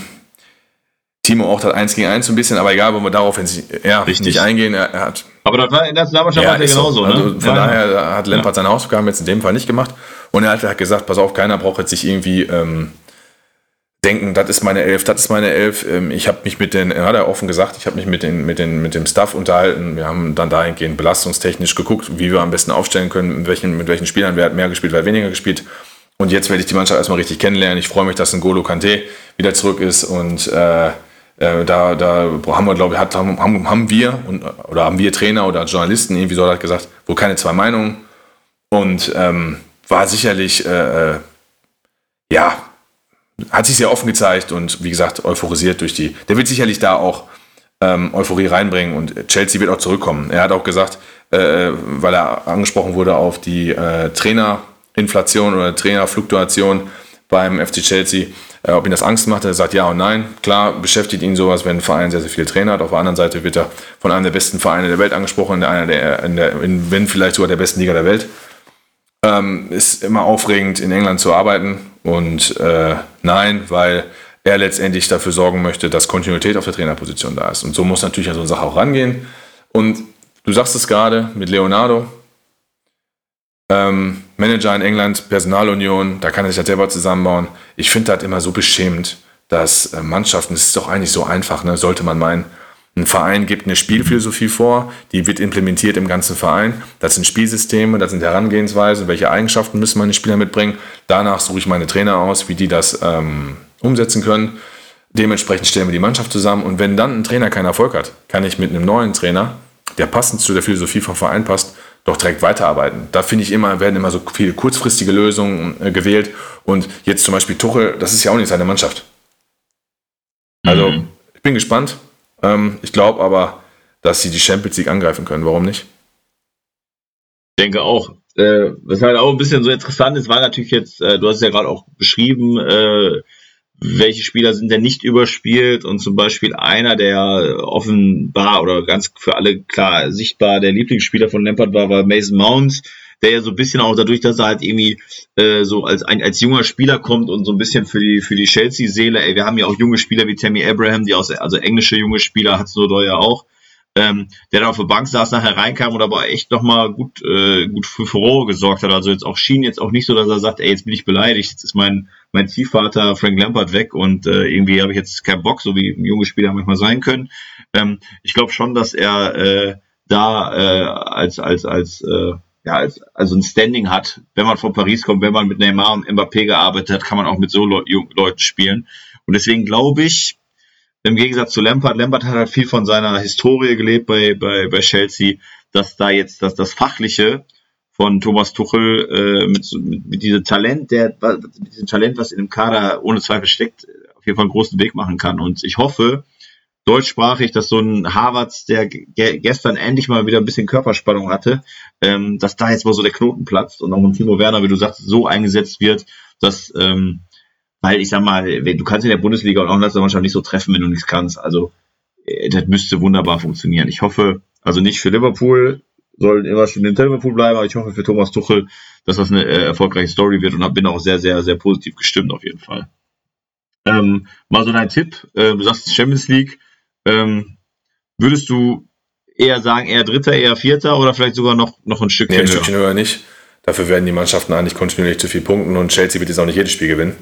Timo auch das eins gegen eins so ein bisschen, aber egal, wollen wir darauf jetzt eher nicht eingehen. Er, er hat, aber das war in der Zusammenarbeit ja, genauso. So. Ne? Also von ja. daher hat Lampard ja. seine Hausaufgaben jetzt in dem Fall nicht gemacht. Und er hat halt gesagt, pass auf, keiner braucht jetzt sich irgendwie ähm, denken, das ist meine Elf, das ist meine Elf. Ähm, ich habe mich mit den, er hat er offen gesagt, ich habe mich mit, den, mit, den, mit dem Staff unterhalten. Wir haben dann dahingehend belastungstechnisch geguckt, wie wir am besten aufstellen können, mit welchen, mit welchen Spielern wer hat mehr gespielt, wer weniger gespielt. Und jetzt werde ich die Mannschaft erstmal richtig kennenlernen. Ich freue mich, dass ein N'Golo Kanté wieder zurück ist und äh, Äh, da, da haben wir, glaube ich, hat, haben, haben wir und, oder haben wir Trainer oder Journalisten, irgendwie so hat gesagt, wohl keine zwei Meinungen und ähm, war sicherlich äh, ja, hat sich sehr offen gezeigt und wie gesagt, euphorisiert durch die, der wird sicherlich da auch ähm, Euphorie reinbringen und Chelsea wird auch zurückkommen. Er hat auch gesagt, äh, weil er angesprochen wurde auf die äh, Trainerinflation oder Trainerfluktuation beim F C Chelsea, äh, ob ihn das Angst macht. Er sagt ja und nein. Klar beschäftigt ihn sowas, wenn ein Verein sehr, sehr viele Trainer hat. Auf der anderen Seite wird er von einem der besten Vereine der Welt angesprochen, in einer der, in der, in, wenn vielleicht sogar der besten Liga der Welt. Ähm, ist immer aufregend, in England zu arbeiten. Und äh, nein, weil er letztendlich dafür sorgen möchte, dass Kontinuität auf der Trainerposition da ist. Und so muss natürlich an so eine Sache auch rangehen. Und du sagst es gerade mit Leonardo, ähm, Manager in England, Personalunion, da kann er sich das selber zusammenbauen. Ich finde das immer so beschämend, dass äh, Mannschaften, das ist doch eigentlich so einfach, ne, sollte man meinen, ein Verein gibt eine Spielphilosophie vor, die wird implementiert im ganzen Verein. Das sind Spielsysteme, das sind Herangehensweisen, welche Eigenschaften müssen meine Spieler mitbringen. Danach suche ich meine Trainer aus, wie die das ähm, umsetzen können. Dementsprechend stellen wir die Mannschaft zusammen. Und wenn dann ein Trainer keinen Erfolg hat, kann ich mit einem neuen Trainer, der passend zu der Philosophie vom Verein passt, doch direkt weiterarbeiten. Da finde ich immer, werden immer so viele kurzfristige Lösungen äh, gewählt. Und jetzt zum Beispiel Tuchel, das ist ja auch nicht seine Mannschaft. Also, mhm. ich bin gespannt. Ich glaube aber, dass sie die Champions League angreifen können. Warum nicht? Ich denke auch. Äh, was halt auch ein bisschen so interessant ist, war natürlich jetzt, äh, du hast es ja gerade auch beschrieben, äh, welche Spieler sind denn nicht überspielt und zum Beispiel einer, der offenbar oder ganz für alle klar sichtbar der Lieblingsspieler von Lampard war, war Mason Mount, der ja so ein bisschen auch dadurch, dass er halt irgendwie äh, so als ein als junger Spieler kommt und so ein bisschen für die für die Chelsea-Seele, ey, wir haben ja auch junge Spieler wie Tammy Abraham, die aus also englische junge Spieler, hat Snowdoll ja auch, ähm, der dann auf der Bank saß, nachher reinkam und aber echt nochmal gut äh, gut für Furore gesorgt hat. Also jetzt auch schien jetzt auch nicht so, dass er sagt, ey, jetzt bin ich beleidigt, jetzt ist mein mein Ziehvater Frank Lampard weg und äh, irgendwie habe ich jetzt keinen Bock, so wie junge Spieler manchmal sein können. Ähm, ich glaube schon, dass er äh, da äh, als als als äh, ja, als, also ein Standing hat, wenn man von Paris kommt, wenn man mit Neymar und Mbappé gearbeitet hat, kann man auch mit so Le- Leuten spielen. Und deswegen glaube ich, im Gegensatz zu Lampard, Lampard hat halt viel von seiner Historie gelebt bei, bei, bei Chelsea, dass da jetzt dass das Fachliche von Thomas Tuchel äh, mit, mit, mit diesem Talent, der, mit diesem Talent, was in dem Kader ohne Zweifel steckt, auf jeden Fall einen großen Weg machen kann. Und ich hoffe, deutschsprachig, dass so ein Havertz, der ge- gestern endlich mal wieder ein bisschen Körperspannung hatte, ähm, dass da jetzt mal so der Knoten platzt und auch ein Timo Werner, wie du sagst, so eingesetzt wird, dass, ähm, weil ich sag mal, du kannst in der Bundesliga und auch in der Nationalmannschaft nicht so treffen, wenn du nichts kannst. Also äh, das müsste wunderbar funktionieren. Ich hoffe, also nicht für Liverpool, sollen immer schon in Liverpool bleiben, aber ich hoffe für Thomas Tuchel, dass das eine äh, erfolgreiche Story wird und bin auch sehr, sehr, sehr positiv gestimmt auf jeden Fall. Ähm, mal so dein Tipp, äh, du sagst Champions League, Ähm, würdest du eher sagen, eher Dritter, eher Vierter oder vielleicht sogar noch, noch ein Stückchen nee, ein höher? Stückchen höher nicht. Dafür werden die Mannschaften eigentlich kontinuierlich zu viel punkten und Chelsea wird jetzt auch nicht jedes Spiel gewinnen.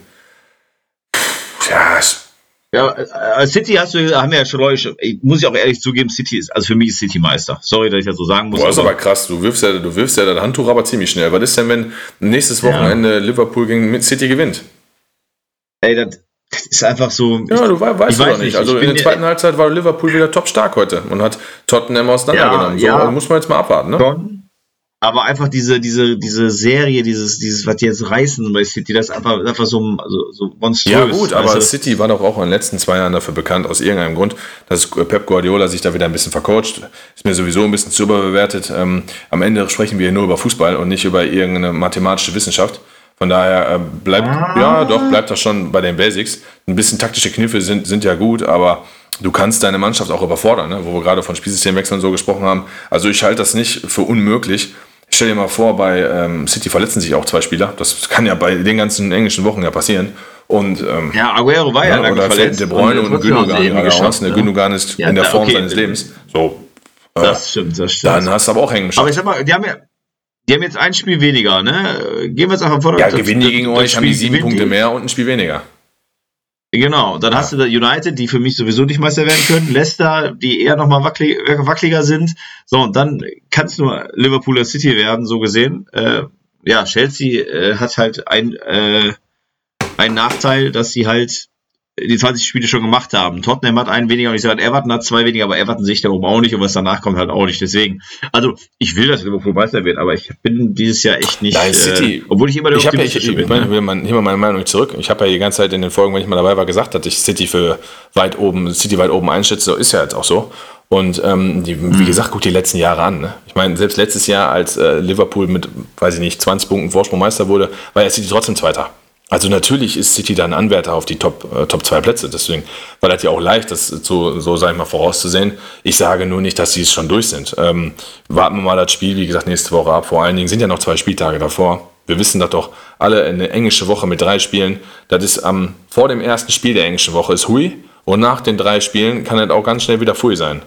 Ja, ja äh, City hast du, haben wir ja schon Leute, muss ich auch ehrlich zugeben, City ist, also für mich ist City Meister. Sorry, dass ich das so sagen muss. Boah, ist aber krass, du wirfst ja, du wirfst ja das Handtuch aber ziemlich schnell. Was ist denn, wenn nächstes Wochenende ja. Liverpool gegen City gewinnt? Ey, das Das ist einfach so. Ja, du weißt ich du weiß doch nicht. nicht. Also ich in der zweiten Halbzeit war Liverpool wieder top stark heute und hat Tottenham auseinandergenommen. Ja, so ja. muss man jetzt mal abwarten, ne? Schon. Aber einfach diese, diese, diese Serie, dieses, dieses, was die jetzt reißen bei City, das ist einfach, einfach so, so, so monströs. Ja, gut, aber also, City war doch auch in den letzten zwei Jahren dafür bekannt, aus irgendeinem Grund, dass Pep Guardiola sich da wieder ein bisschen vercoacht. Ist mir sowieso ein bisschen zu überbewertet. Ähm, am Ende sprechen wir hier nur über Fußball und nicht über irgendeine mathematische Wissenschaft. Von daher äh, bleibt, ah. ja, doch, bleibt das schon bei den Basics. Ein bisschen taktische Kniffe sind, sind ja gut, aber du kannst deine Mannschaft auch überfordern, ne? Wo wir gerade von Spielsystemwechseln so gesprochen haben. Also ich halte das nicht für unmöglich. Stell dir mal vor, bei ähm, City verletzen sich auch zwei Spieler. Das kann ja bei den ganzen englischen Wochen ja passieren. Und, ähm, ja, Aguero war ja, ja lange verletzt. De Bruyne und, und Gündogan gerade aus. Der Gündogan ist ja, in der Form okay, seines Lebens. So, äh, das stimmt, das stimmt. Dann hast du aber auch hängen Aber ich sag mal, die haben ja Die haben jetzt ein Spiel weniger, ne? Gehen wir jetzt einfach vor. Ja, gewinnen die gegen euch, haben die sieben Punkte mehr und ein Spiel weniger. Genau, dann ja. hast du da United, die für mich sowieso nicht Meister werden können, Leicester, die eher nochmal wackelig, wackeliger sind. So, und dann kann es nur Liverpool oder City werden, so gesehen. Äh, ja, Chelsea äh, hat halt ein, äh, einen Nachteil, dass sie halt die zwanzig Spiele schon gemacht haben. Tottenham hat einen weniger und ich sage, Everton hat zwei weniger, aber Everton sehe ich da oben auch nicht und was danach kommt halt auch nicht. Deswegen, also ich will, dass Liverpool Meister wird, aber ich bin dieses Jahr echt nicht, Nein, City, äh, obwohl ich immer der ich Optimistische ja, ich, bin. Ich meine, will man, hier mal meine Meinung zurück. Ich habe ja die ganze Zeit in den Folgen, wenn ich mal dabei war, gesagt, dass ich City für weit oben, City weit oben einschätze. Ist ja jetzt auch so. Und ähm, die, wie gesagt, guck die letzten Jahre an. Ne? Ich meine, selbst letztes Jahr, als äh, Liverpool mit, weiß ich nicht, zwanzig Punkten Vorsprung Meister wurde, war ja City trotzdem Zweiter. Also natürlich ist City dann Anwärter auf die Top, äh, Top zwei Plätze. Deswegen war das ja auch leicht, das so, so sag ich mal, vorauszusehen. Ich sage nur nicht, dass sie es schon durch sind. Ähm, warten wir mal das Spiel, wie gesagt, nächste Woche ab. Vor allen Dingen sind ja noch zwei Spieltage davor. Wir wissen das doch alle, eine englische Woche mit drei Spielen. Das ist am ähm, vor dem ersten Spiel der englischen Woche ist Hui. Und nach den drei Spielen kann das auch ganz schnell wieder Pfui sein.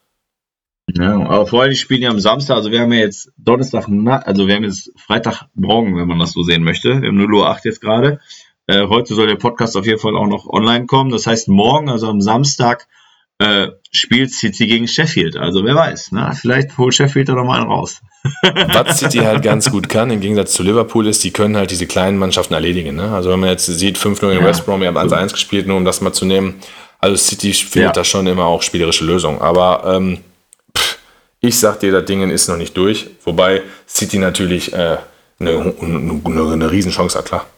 Ja, aber vor allem die spielen ja am Samstag, also wir haben ja jetzt Donnerstag, also wir haben jetzt Freitagmorgen, wenn man das so sehen möchte, wir haben null Uhr acht jetzt gerade, äh, heute soll der Podcast auf jeden Fall auch noch online kommen, das heißt morgen, also am Samstag, äh, spielt City gegen Sheffield, also wer weiß, ne? Vielleicht holt Sheffield da noch mal einen raus. Was City halt ganz gut kann, im Gegensatz zu Liverpool, ist, die können halt diese kleinen Mannschaften erledigen, ne? Also wenn man jetzt sieht, fünf null in ja, West Brom, wir haben eins eins gespielt, nur um das mal zu nehmen, also City findet ja da schon immer auch spielerische Lösungen, aber ähm, ich sag dir, das Ding ist noch nicht durch, wobei City natürlich äh, eine, eine, eine Riesenchance hat, klar.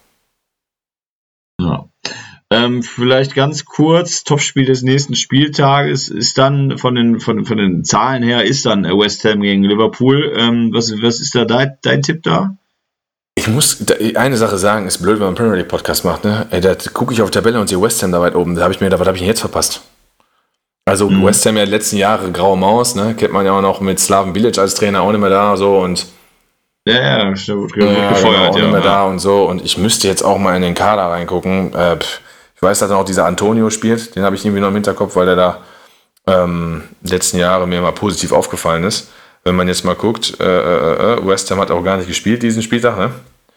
Ja. Ähm, vielleicht ganz kurz, Topspiel des nächsten Spieltages ist dann von den, von, von den Zahlen her, ist dann West Ham gegen Liverpool. Ähm, was, was ist da dein, dein Tipp da? Ich muss eine Sache sagen, ist blöd, wenn man einen Premier League Podcast macht, ne? Ey, da gucke ich auf die Tabelle und sehe West Ham da weit oben, da habe ich mir, da, was habe ich denn jetzt verpasst? Also mhm. West Ham ja die letzten Jahre graue Maus, ne? Kennt man ja auch noch mit Slaven Bilic als Trainer auch nicht mehr da so und ja, ja, da wurde ja, gefeuert, auch ja, nicht mehr ja. da und so und ich müsste jetzt auch mal in den Kader reingucken. Äh, ich weiß, dass dann auch dieser Antonio spielt, den habe ich irgendwie noch im Hinterkopf, weil der da ähm, letzten Jahre mir mal positiv aufgefallen ist. Wenn man jetzt mal guckt, äh, äh, West Ham hat auch gar nicht gespielt diesen Spieltag, ne?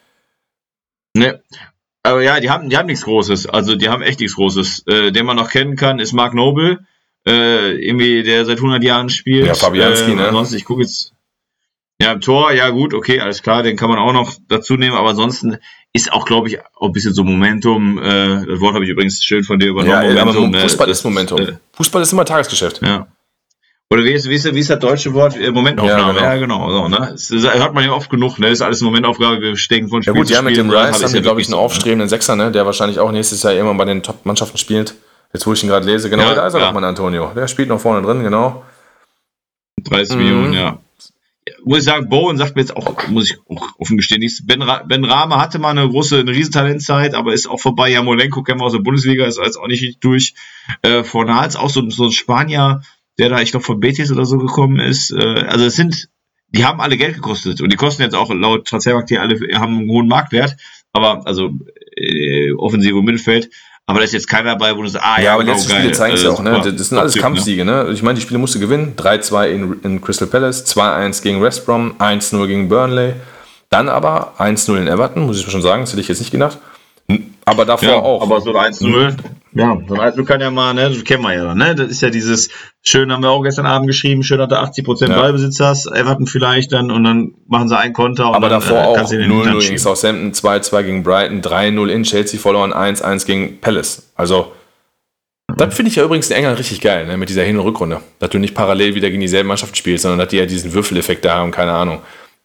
Ne. Aber ja, die haben, die haben nichts Großes, also die haben echt nichts Großes. Äh, den man noch kennen kann, ist Mark Noble. Äh, irgendwie, der seit hundert Jahren spielt. Ja, Fabianski, äh, ne? Ansonsten, ich gucke jetzt. Ja, im Tor, ja gut, okay, alles klar, den kann man auch noch dazu nehmen, aber ansonsten ist auch, glaube ich, auch ein bisschen so Momentum, äh, das Wort habe ich übrigens schön von dir übernommen. Ja, Momentum, aber Fußball ne, ist Momentum. Das, äh, Fußball ist immer Tagesgeschäft. Ja. Oder wie ist, wie ist, wie ist das deutsche Wort? Momentaufnahme. Ja, genau. Ja, genau so, ne? Das hört man ja oft genug, ne? Das ist alles eine Momentaufgabe, wir stecken von Spiel ja, gut, zu Spiel. Ja, gut, die haben mit dem Rice, haben die, glaube ich, einen so, aufstrebenden Sechser, ne? Der wahrscheinlich auch nächstes Jahr irgendwann bei den Top-Mannschaften spielt. Jetzt, wo ich ihn gerade lese, genau, ja, da ist er ja. doch, mein Antonio. Der spielt noch vorne drin, genau. dreißig mhm. Millionen, ja. Muss ich sagen, Bowen sagt mir jetzt auch, muss ich auch offen gestehen, nichts. Ben, Ra- Ben Rama hatte mal eine große, eine Riesentalentzeit, aber ist auch vorbei. Jamolenko kennen wir aus der Bundesliga, ist jetzt auch nicht richtig durch. Äh, Fornals auch so, so ein Spanier, der da, ich glaube, von Betis oder so gekommen ist. Äh, also es sind, die haben alle Geld gekostet und die kosten jetzt auch laut Transfermarkt hier alle, haben einen hohen Marktwert, aber also äh, Offensive und Mittelfeld. Aber da ist jetzt keiner dabei, wo du sagst, ah ja, ja, aber genau, letzte geil. Spiele zeigen es ja auch, ne? Super. Das sind alles Top-Tipp, Kampfsiege, ne? Ich meine, die Spiele musst du gewinnen. drei zwei in, in Crystal Palace, zwei eins gegen West Brom, eins null gegen Burnley. Dann aber eins null in Everton, muss ich schon sagen, das hätte ich jetzt nicht gedacht. Aber davor ja, auch. Aber so ein eins null, ja, so ein eins null kann ja mal, ne, das kennen wir ja, ne? Das ist ja dieses, schön haben wir auch gestern Abend geschrieben, schön, dass du achtzig Prozent ja. Ballbesitz hast, Everton vielleicht dann und dann machen sie einen Konter. Und aber dann, davor äh, auch null null gegen Southampton, zwei zwei gegen Brighton, drei null in Chelsea verloren, eins eins gegen Palace. Also, das finde ich ja übrigens in England richtig geil, ne, mit dieser Hin- und Rückrunde. Dass du nicht parallel wieder gegen dieselbe Mannschaft spielst, sondern dass die ja diesen Würfeleffekt da haben, keine Ahnung.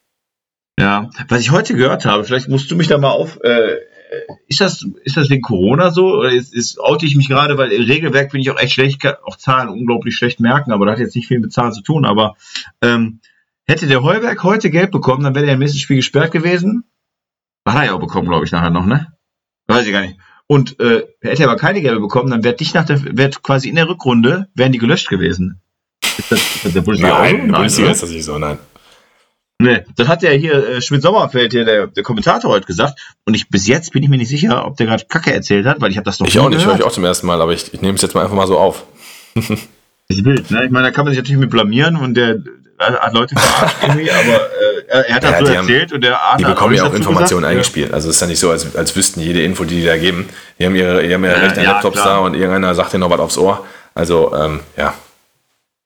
Ja, was ich heute gehört habe, vielleicht musst du mich da mal auf, äh, ist das, ist das wegen Corona so? Oder ist, ist, oute ich mich gerade, weil im Regelwerk bin ich auch echt schlecht, kann auch Zahlen unglaublich schlecht merken, aber das hat jetzt nicht viel mit Zahlen zu tun, aber ähm, hätte der Heuberg heute Gelb bekommen, dann wäre der im nächsten Spiel gesperrt gewesen. Hat er ja auch bekommen, glaube ich, nachher noch, ne? Weiß ich gar nicht. Und äh, hätte er aber keine Gelbe bekommen, dann wäre dich nach der, wäre quasi in der Rückrunde, wären die gelöscht gewesen. Ist das, ist das der Bundesliga? Nein, nein, Bundesliga ist das nicht so, nein. Nee, das hat ja hier äh, Schmidt-Sommerfeld, hier der, der Kommentator heute gesagt. Und ich bis jetzt bin ich mir nicht sicher, ob der gerade Kacke erzählt hat, weil ich habe das noch ich nie auch nicht, gehört. höre ich auch zum ersten Mal, aber ich, ich nehme es jetzt mal einfach mal so auf. Das ist wild, ne? Ich meine, da kann man sich natürlich mit blamieren und der hat Leute verarscht irgendwie, aber äh, er hat das ja, so die erzählt haben, und der Arne die bekommen ja auch Informationen gesagt, eingespielt. Also es ist ja nicht so, als, als wüssten jede Info, die die da geben. Die haben ihre, die haben ihre ja, rechten ja, Laptops klar. da und irgendeiner sagt dir noch was aufs Ohr. Also, ähm, ja.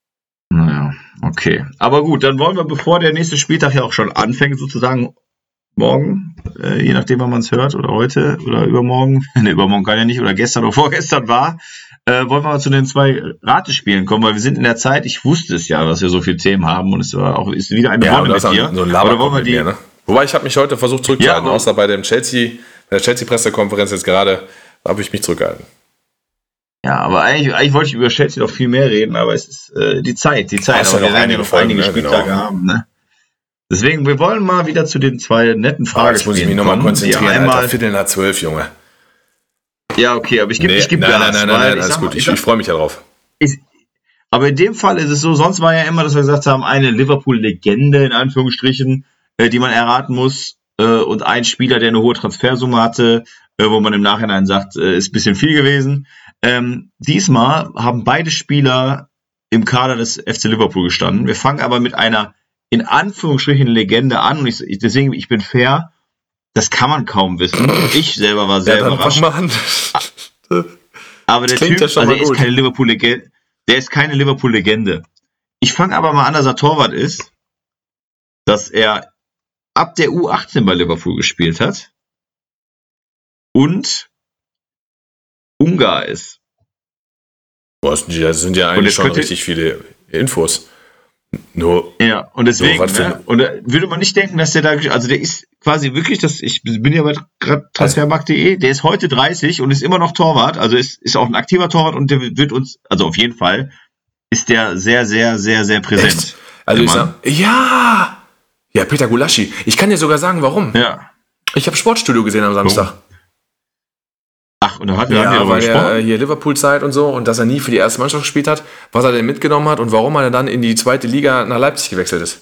Naja, okay. Aber gut, dann wollen wir, bevor der nächste Spieltag ja auch schon anfängt, sozusagen morgen, äh, je nachdem, wann man es hört, oder heute oder übermorgen, ne, übermorgen kann ja nicht, oder gestern oder vorgestern war, äh, wollen wir mal zu den zwei Ratespielen kommen, weil wir sind in der Zeit, ich wusste es ja, dass wir so viele Themen haben und es war auch ist wieder eine Ja, Wonne mit so dir. ein, so ein Oder wollen wir die, mir, ne? Wobei ich habe mich heute versucht zurückzuhalten, Ja, außer bei dem Chelsea, bei der Chelsea-Pressekonferenz jetzt gerade, habe ich mich zurückgehalten. Ja, aber eigentlich, eigentlich wollte ich über Chelsea noch viel mehr reden, aber es ist äh, die Zeit, die Zeit. Hast Aber ja wir noch werden ja einige noch Folgen, einige ne? Spieltage Genau. haben, ne? Deswegen, wir wollen mal wieder zu den zwei netten Aber jetzt muss ich mich Fragespielen nochmal kommen, die konzentrieren, einmal, Alter. Viertel nach zwölf, Junge. Ja, okay, aber ich gebe Nee, ich geb nein, Gas. nein, nein, weil nein, ich alles sag gut. mal, Ich, sag- ich freue mich ja drauf. ist, aber in dem Fall ist es so, sonst war ja immer, dass wir gesagt haben, eine Liverpool-Legende in Anführungsstrichen, äh, die man erraten muss, äh, und ein Spieler, der eine hohe Transfersumme hatte, äh, wo man im Nachhinein sagt, äh, ist ein bisschen viel gewesen. Ähm, diesmal haben beide Spieler im Kader des F C Liverpool gestanden. Wir fangen aber mit einer in Anführungsstrichen Legende an und ich, ich, deswegen, ich bin fair, das kann man kaum wissen. Ich selber war sehr dann überrascht. fang mal an. Aber der klingt Typ, ja schon also mal der ist gut. keine Liverpool-Legende. Der ist keine Liverpool-Legende. Ich fange aber mal an, dass er Torwart ist, dass er ab der U achtzehn bei Liverpool gespielt hat und Ungar ist. Boah, das sind ja- das sind ja Und eigentlich jetzt schon könnte- richtig viele Infos. Nur, Ja, und deswegen, So, was für ne? ein- Und da würde man nicht denken, dass der da, also der ist quasi wirklich, das, ich bin ja bei gerade transfermarkt punkt de, der ist heute dreißig und ist immer noch Torwart, also ist, ist auch ein aktiver Torwart und der wird uns, also auf jeden Fall, ist der sehr, sehr, sehr, sehr präsent. echt? Also Der ich Mann. sag, ja! Ja, Peter Gulaschi. Ich kann dir sogar sagen, warum. Ja. Ich habe Sportstudio gesehen am Samstag. Ach, und da hat er Ja, darüber weil er gesprochen. äh, hier Liverpool-Zeit und so und dass er nie für die erste Mannschaft gespielt hat, was er denn mitgenommen hat und warum er dann in die zweite Liga nach Leipzig gewechselt ist.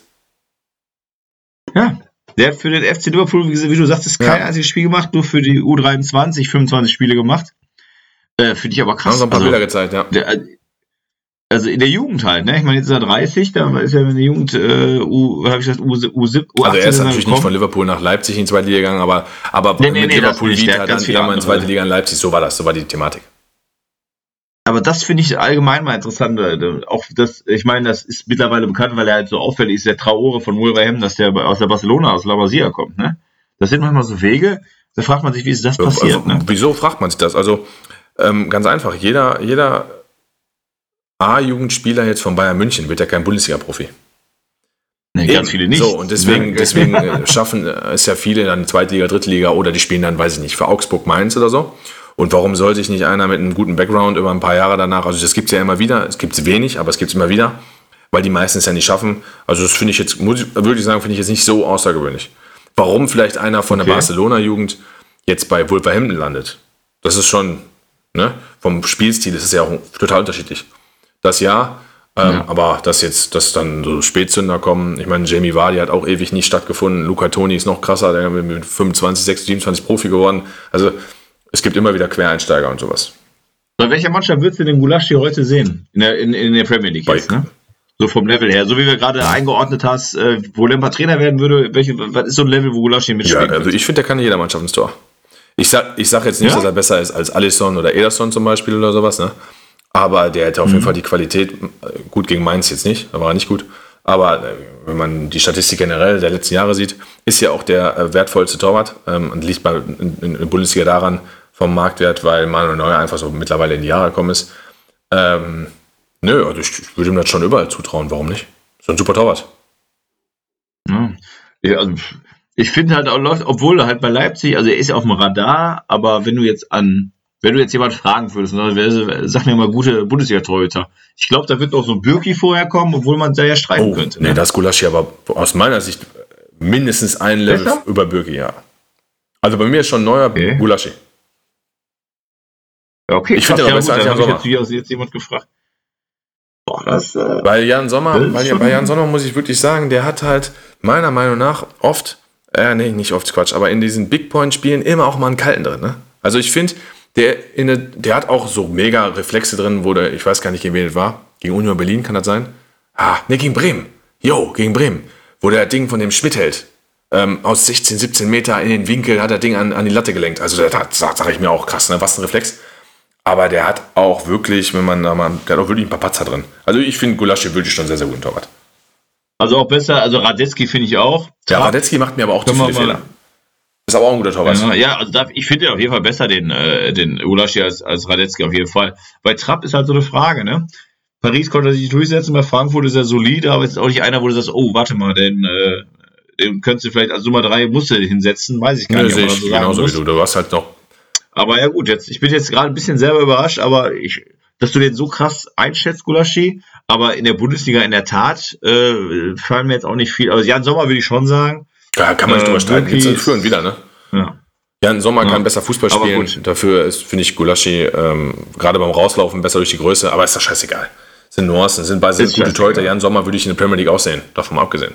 Ja. Der hat für den F C Liverpool, wie, wie du sagtest, kein Ja. einziges Spiel gemacht, nur für die U dreiundzwanzig, fünfundzwanzig Spiele gemacht. Äh, Finde ich aber Haben krass. so ein paar Also, Bilder gezeigt, ja. der, also in der Jugend halt, ne? Ich meine, jetzt ist er dreißig, da ist er in der Jugend, äh, U, habe ich gesagt, U, U, U achtzehn. Also er ist natürlich gekommen. nicht von Liverpool nach Leipzig in die zweite Liga gegangen, aber, aber Nee, nee, mit nee, das Liverpool nicht. Der Vita hat dann ganz viele irgendwann in andere. zweite Liga in Leipzig, so war das, so war die Thematik. Aber das finde ich allgemein mal interessant. äh, Auch das, ich meine, das ist mittlerweile bekannt, weil er halt so auffällig ist, der Traore von Wolverhampton, dass der aus der Barcelona, aus La Masia kommt, ne? Das sind manchmal so Wege, da fragt man sich, wie ist das passiert, also, ne? Wieso fragt man sich das? Also ähm, ganz einfach, jeder, jeder A-Jugendspieler jetzt von Bayern München wird ja kein Bundesliga-Profi. Nee, ganz Eben. viele nicht. So, und deswegen, Ne? deswegen äh, schaffen äh, es ja viele dann zweite Liga, dritte Liga oder die spielen dann, weiß ich nicht, für Augsburg, Mainz oder so. Und warum soll sich nicht einer mit einem guten Background über ein paar Jahre danach, also das gibt es ja immer wieder, es gibt es wenig, aber es gibt es immer wieder, weil die meisten es ja nicht schaffen. Also das finde ich jetzt, muss ich, würde ich sagen, finde ich jetzt nicht so außergewöhnlich. Warum vielleicht einer von der Okay. Barcelona-Jugend jetzt bei Wolverhampton landet, das ist schon, ne, vom Spielstil ist es ja auch total unterschiedlich. Das ja, ähm, Ja. aber dass jetzt, dass dann so Spätzünder kommen, ich meine, Jamie Vardy hat auch ewig nicht stattgefunden, Luca Toni ist noch krasser, der ist mit fünfundzwanzig, sechsundzwanzig, siebenundzwanzig Profi geworden, also es gibt immer wieder Quereinsteiger und sowas. Bei welcher Mannschaft würdest du den Gulaschi heute sehen? In der, in, in der Premier League Bei- jetzt, ne? So vom Level her. So wie wir gerade eingeordnet hast, äh, wo Lampard Trainer werden würde, welche, was ist so ein Level, wo Gulaschi Ja, mitspielt? also ich finde, der kann in jeder Mannschaft ins Tor. Ich sag, ich sag jetzt nicht, Ja? dass er besser ist als Alisson oder Ederson zum Beispiel oder sowas, ne? Aber der hätte auf Mhm. jeden Fall die Qualität, äh, gut gegen Mainz jetzt nicht, da war er nicht gut. Aber äh, wenn man die Statistik generell der letzten Jahre sieht, ist ja auch der äh, wertvollste Torwart ähm, und liegt bei, in, in der Bundesliga daran vom Marktwert, weil Manuel Neuer einfach so mittlerweile in die Jahre gekommen ist. Ähm, nö, also ich, ich würde ihm das schon überall zutrauen, warum nicht? So ein super Torwart. Ja. Ja, also ich finde halt auch läuft, obwohl er halt bei Leipzig, also er ist ja auf dem Radar, aber wenn du jetzt an, wenn du jetzt jemand fragen würdest, ne, wer- sag mir mal gute Bundesliga-Torhüter. Ich glaube, da wird noch so ein Birki vorher kommen, obwohl man da ja streiten Oh, könnte. nee, Ne? das Gulaschi aber aus meiner Sicht mindestens ein Level Besser? über Birki, ja. Also bei mir ist schon neuer Okay. Gulaschi. Ja, okay, Ich finde krass, aber besser ja, als gut, Jan dann Sommer. habe ich jetzt, jetzt jemand gefragt. Boah, das, äh, Bei Jan Sommer, Das ist bei, schon- bei Jan Sommer muss ich wirklich sagen, der hat halt meiner Meinung nach oft, äh, nee, nicht oft Quatsch, aber in diesen Big Point Spielen immer auch mal einen kalten drin, ne? Also ich finde, der, in der- der hat auch so mega Reflexe drin, wo der, ich weiß gar nicht, gegen wen das war, gegen Union Berlin kann das sein? Ah, ne, gegen Bremen. Jo, gegen Bremen. Wo der Ding von dem Schmidt hält. Ähm, aus sechzehn, siebzehn Meter in den Winkel hat er Ding an, an die Latte gelenkt. Also da sage sag ich mir auch krass, ne? Was ein Reflex. Aber der hat auch wirklich, wenn man da mal, der hat auch wirklich ein paar Patzer drin. Also ich finde Gulaschi wirklich schon sehr, sehr guten Torwart. also auch besser, also Radetzky finde ich auch. Ja, Trapp, Radetzky macht mir aber auch zu Können wir viele mal- Fehler. Ist aber auch ein guter Torwart. Ja, ja, also da, ich finde auf jeden Fall besser den, äh, den Gulaschi als, als Radetzky auf jeden Fall. Bei Trapp ist halt so eine Frage, ne? Paris konnte sich durchsetzen, bei Frankfurt ist er solide, aber ist auch nicht einer, wo du sagst, oh, warte mal, den, äh, den könntest du vielleicht als Nummer drei musst du hinsetzen, weiß ich gar Ja, nicht. sehe ob man ich das so sagen genauso muss. wie du. Du hast halt noch. Aber ja gut, jetzt, ich bin jetzt gerade ein bisschen selber überrascht, aber ich, dass du den so krass einschätzt, Gulaschi, aber in der Bundesliga in der Tat äh, fallen mir jetzt auch nicht viel. Also Jan Sommer würde ich schon sagen. Ja, kann man nicht Äh, drüber streiten. Rookies- Jetzt führen wieder, ne? Ja. Jan Sommer Ja. kann besser Fußball Aber spielen. gut. Dafür ist, finde ich, Gulaschi ähm, gerade beim Rauslaufen besser durch die Größe. Aber ist doch scheißegal. Das sind Nuancen, sind beide sind Ist gute scheißegal. Torhüter. Jan Sommer würde ich in der Premier League auch sehen. Davon mal abgesehen.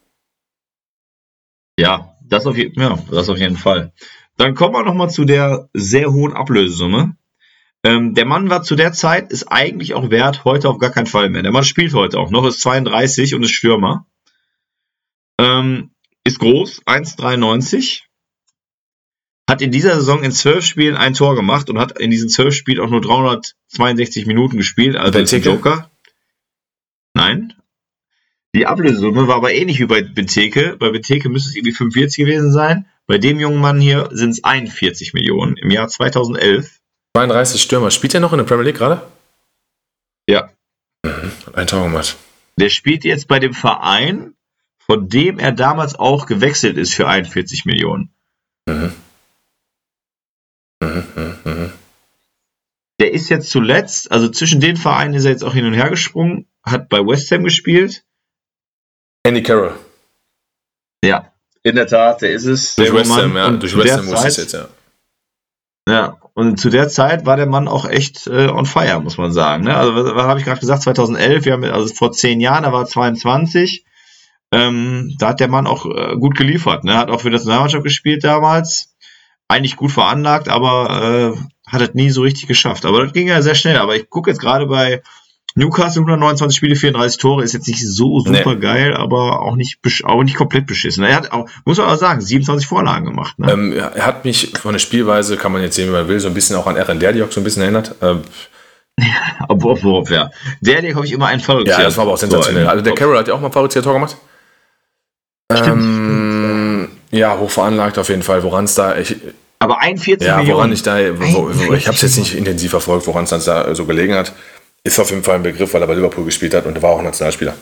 Ja, das auf, je- ja, das auf jeden Fall. Dann kommen wir nochmal zu der sehr hohen Ablösesumme. Ähm, der Mann war zu der Zeit, ist eigentlich auch wert, heute auf gar keinen Fall mehr. Der Mann spielt heute auch noch, ist zweiunddreißig und ist Stürmer. Ähm, ist groß, eins Komma dreiundneunzig. Hat in dieser Saison in zwölf Spielen ein Tor gemacht und hat in diesen zwölf Spielen auch nur dreihundertzweiundsechzig Minuten gespielt, also ist ein Benteke? Joker. Nein. Die Ablösesumme war aber ähnlich wie bei Benteke. Bei Benteke müsste es irgendwie fünfundvierzig gewesen sein. Bei dem jungen Mann hier sind es einundvierzig Millionen im Jahr zweitausendelf. zweiunddreißig Stürmer. Spielt er noch in der Premier League gerade? Ja. Hat ein Tor gemacht. Der spielt jetzt bei dem Verein, von dem er damals auch gewechselt ist für einundvierzig Millionen. Mhm. Mhm, mhm, mhm. Der ist jetzt zuletzt, also zwischen den Vereinen ist er jetzt auch hin und her gesprungen, hat bei West Ham gespielt. Andy Carroll. Ja, in der Tat, der ist es. Durch der West Ham, Mann. ja. Und Durch zu West der Ham wusste ich Zeit- jetzt, ja. Ja, und zu der Zeit war der Mann auch echt äh, on fire, muss man sagen. Ne? Also, was, was habe ich gerade gesagt? zweitausendelf, wir haben, also vor zehn Jahren, da war er zweiundzwanzig. Ähm, da hat der Mann auch äh, gut geliefert. Ne? Hat auch für die Nationalmannschaft gespielt damals. Eigentlich gut veranlagt, aber äh, hat es nie so richtig geschafft. Aber das ging ja sehr schnell. Aber ich gucke jetzt gerade bei Newcastle, hundertneunundzwanzig Spiele, vierunddreißig Tore, ist jetzt nicht so super Nee. geil, aber auch nicht, besch- auch nicht komplett beschissen. Er hat auch, muss man auch sagen, siebenundzwanzig Vorlagen gemacht. Ne? Ähm, ja, er hat mich von der Spielweise, kann man jetzt sehen, wie man will, so ein bisschen auch an Eren Derdiok so ein bisschen erinnert. Ähm, Aber ob, ob, ja. Der, der habe ich immer einen Fall. ja, das war aber auch sensationell. Also der Carroll hat ja auch mal ein Favorizierter Tor gemacht. Ähm, ja, hoch veranlagt auf jeden Fall. Woran es da, ich, Aber einundvierzig ja, Millionen. woran ich da, wo, wo, ich habe es jetzt nicht intensiv verfolgt, woran es dann da so gelegen hat, ist auf jeden Fall ein Begriff, weil er bei Liverpool gespielt hat und er war auch Nationalspieler.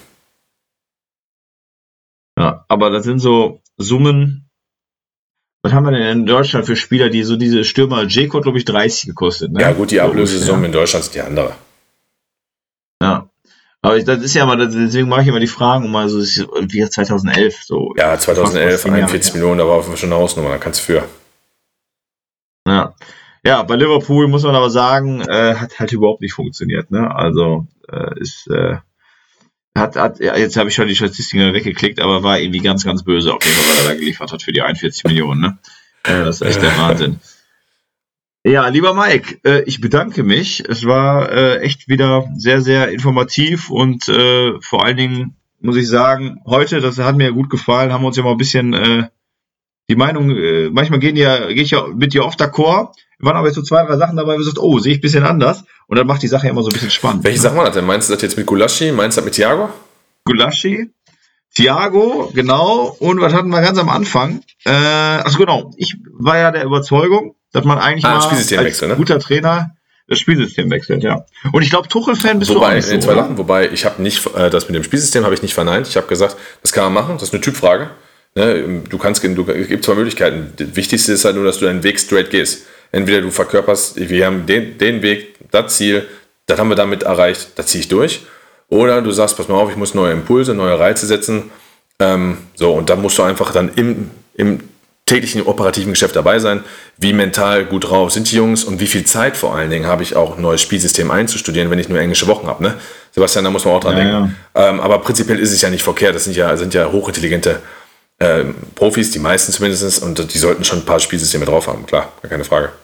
Ja, aber das sind so Summen. Was haben wir denn in Deutschland für Spieler, die so diese Stürmer, J-Co hat, glaube ich, dreißig gekostet. Ne? Ja gut, die So Ablösesummen ungefähr. in Deutschland sind die andere. Ja. Aber ich, das ist ja mal, das- deswegen mache ich immer die Fragen, um mal so, wie zweitausendelf, so. Ja, zweitausendelf, Fast zehn Jahre einundvierzig her. Millionen, da war auf jeden Fall schon eine Hausnummer, da kannst du für. Ja. Ja, bei Liverpool muss man aber sagen, äh, hat halt überhaupt nicht funktioniert, ne? Also, äh, ist, äh, hat, hat, ja, jetzt habe ich schon die Statistiken weggeklickt, aber war irgendwie ganz, ganz böse auf jeden Fall, was er da geliefert hat für die einundvierzig Millionen, ne? Äh, das ist echt der Wahnsinn. Ja, lieber Mike, äh, ich bedanke mich. Es war äh, echt wieder sehr, sehr informativ und äh, vor allen Dingen muss ich sagen, heute, das hat mir gut gefallen, haben wir uns ja mal ein bisschen äh, die Meinung, äh, manchmal gehen ja, gehe ich ja mit dir oft d'accord, waren aber jetzt so zwei, drei Sachen dabei, wo du sagst, oh, sehe ich ein bisschen anders und dann macht die Sache ja immer so ein bisschen spannend. Welche Sachen war das denn? Meinst du das jetzt mit Gulaschi? Meinst du das mit Thiago? Gulaschi, Thiago, genau. Und was hatten wir ganz am Anfang? Äh, also genau, ich war ja der Überzeugung, dass man eigentlich Ah, mal Spielsystemwechsel, als ne? guter Trainer das Spielsystem wechselt, ja. Und ich glaube, Tuchel-Fan bist du auch Wobei, nicht so, in zwei oder? Lachen, wobei ich habe nicht, äh, das mit dem Spielsystem habe ich nicht verneint. Ich habe gesagt, das kann man machen, das ist eine Typfrage. Ne? Du kannst, du, es gibt zwei Möglichkeiten. Das Wichtigste ist halt nur, dass du deinen Weg straight gehst. Entweder du verkörperst, wir haben den, den Weg, das Ziel, das haben wir damit erreicht, das ziehe ich durch. Oder du sagst, pass mal auf, ich muss neue Impulse, neue Reize setzen. Ähm, so, und da musst du einfach dann im, im täglichen operativen Geschäft dabei sein. Wie mental gut drauf sind die Jungs und wie viel Zeit vor allen Dingen habe ich auch, ein neues Spielsystem einzustudieren, wenn ich nur englische Wochen habe. Ne? Sebastian, da muss man auch dran Ja, denken. Ähm, aber prinzipiell ist es ja nicht verkehrt. Das sind ja, sind ja hochintelligente ähm, Profis, die meisten zumindest, und die sollten schon ein paar Spielsysteme drauf haben. Klar, gar keine Frage.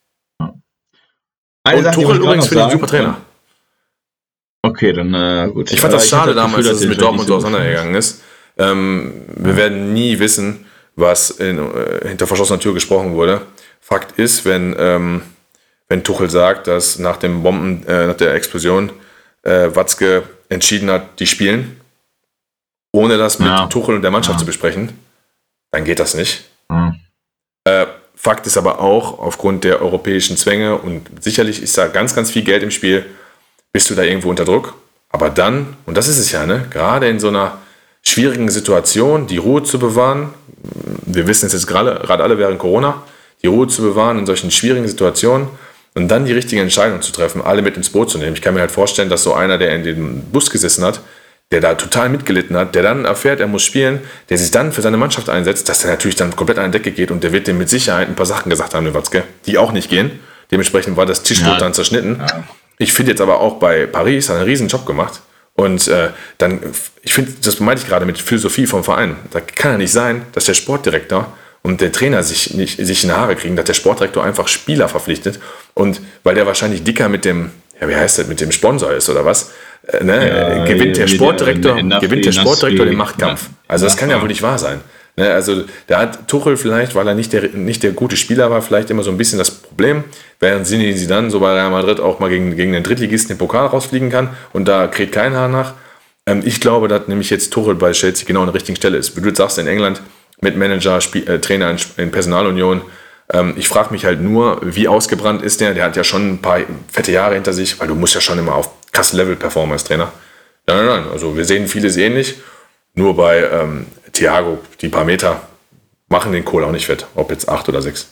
Eine Und Sache, die Tuchel wollte ich übrigens auch finde noch ich ein super sagen. Trainer. Okay, dann äh, gut. Ich fand Aber das schade hatte das damals, Gefühl, dass es den mit vielleicht Dortmund nicht so so auseinandergegangen ist. Ähm, wir werden nie wissen, was in, äh, hinter verschlossener Tür gesprochen wurde. Fakt ist, wenn, ähm, wenn Tuchel sagt, dass nach dem Bomben, äh, nach der Explosion äh, Watzke entschieden hat, die spielen, ohne das mit Ja. Tuchel und der Mannschaft Ja. zu besprechen, dann geht das nicht. Ja. Äh, Fakt ist aber auch, aufgrund der europäischen Zwänge und sicherlich ist da ganz, ganz viel Geld im Spiel, bist du da irgendwo unter Druck. Aber dann, und das ist es ja, ne, gerade in so einer schwierigen Situation, die Ruhe zu bewahren, wir wissen es jetzt gerade, gerade alle während Corona, die Ruhe zu bewahren in solchen schwierigen Situationen und dann die richtige Entscheidung zu treffen, alle mit ins Boot zu nehmen. Ich kann mir halt vorstellen, dass so einer, der in dem Bus gesessen hat, der da total mitgelitten hat, der dann erfährt, er muss spielen, der sich dann für seine Mannschaft einsetzt, dass der natürlich dann komplett an die Decke geht und der wird dem mit Sicherheit ein paar Sachen gesagt haben, Watzke, die auch nicht gehen. Dementsprechend war das Tischtuch ja. dann zerschnitten. Ja. Ich finde jetzt aber auch bei Paris hat einen riesen Job gemacht und äh, dann, ich finde, das meinte ich gerade mit Philosophie vom Verein. Da kann ja nicht sein, dass der Sportdirektor und der Trainer sich nicht sich in die Haare kriegen, dass der Sportdirektor einfach Spieler verpflichtet und weil der wahrscheinlich dicker mit dem, ja wie heißt das, mit dem Sponsor ist oder was, äh, ne, ja, gewinnt der Sportdirektor, in, in, in gewinnt der Sportdirektor den Machtkampf. Also das kann ja wohl nicht wahr sein. Ne, also da hat Tuchel vielleicht, weil er nicht der, nicht der gute Spieler war, vielleicht immer so ein bisschen das Problem, während Zinedine Zidane so bei Real Madrid auch mal gegen, gegen den Drittligisten den Pokal rausfliegen kann und da kräht kein Haar nach. Ähm, ich glaube, dass nämlich jetzt Tuchel bei Chelsea genau an der richtigen Stelle ist. Wie du jetzt sagst, in England mit Manager, Spiel, äh, Trainer in, in Personalunion. Ähm, ich frage mich halt nur, wie ausgebrannt ist der? Der hat ja schon ein paar fette Jahre hinter sich, weil du musst ja schon immer auf krassen Level performen als Trainer. Nein, nein, nein. Also wir sehen vieles ähnlich. Nur bei ähm, Thiago, die paar Meter machen den Kohl auch nicht fett. Ob jetzt acht oder sechs.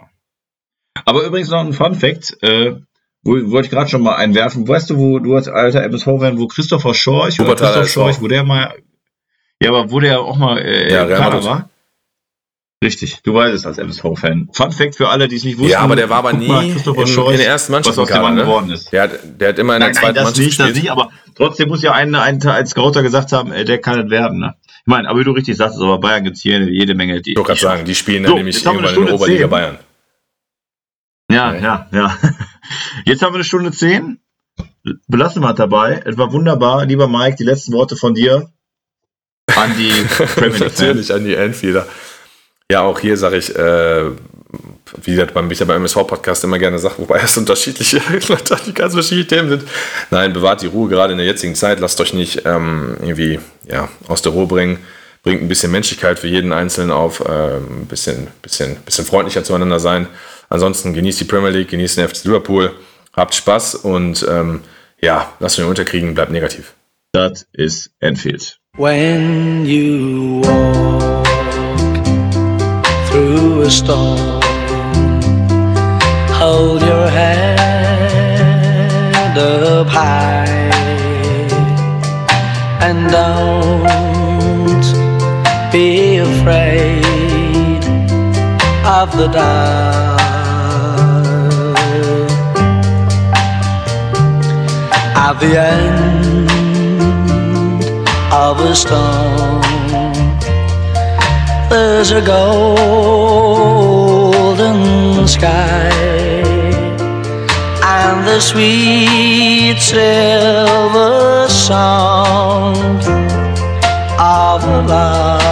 Aber übrigens noch ein Fun-Fact, äh, wo, wollte ich gerade schon mal einwerfen. Weißt du, wo du als alter M S V-Fan, wo Christopher Schorch oder Christoph Schorch, wo der mal, ja, aber wo der auch mal äh, ja, Kader war? Richtig, du weißt es als M S V-Fan. Fun Fact für alle, die es nicht wussten. Ja, aber der war aber nie mal, in, Schorch, in der ersten Mannschaft, was aus dem Mann ne? geworden ist. Der hat, der hat immer in der nein, zweiten nein, das Mannschaft nicht, gespielt. Das nicht, aber trotzdem muss ja ein, ein, ein Scouter gesagt haben, äh, der kann es werden. Ne? Ich meine, aber wie du richtig sagst, aber Bayern gibt es hier jede Menge. Die, ich wollte gerade sagen, die spielen so, dann nämlich irgendwann in der Oberliga zehn. Bayern. Ja, ja, ja. Jetzt haben wir eine Stunde zehn. Belassen wir dabei. Es war wunderbar. Lieber Mike, die letzten Worte von dir an die Premier League. Natürlich, an die Anfielder. Ja, auch hier sage ich, äh, wie das beim, ich ja beim M S V-Podcast immer gerne sage, wobei es unterschiedliche, die ganz verschiedene Themen sind. Nein, bewahrt die Ruhe gerade in der jetzigen Zeit. Lasst euch nicht ähm, irgendwie ja, aus der Ruhe bringen. Bringt ein bisschen Menschlichkeit für jeden Einzelnen auf. Äh, ein bisschen, bisschen, bisschen freundlicher zueinander sein. Ansonsten genießt die Premier League, genießt den F C Liverpool. Habt Spaß und ähm, ja, lasst euch unterkriegen, bleibt negativ. Das ist Anfield. When you walk through a storm, hold your head up high and don't be afraid of the dark. At the end of a storm, there's a golden sky and the sweet silver sound of love.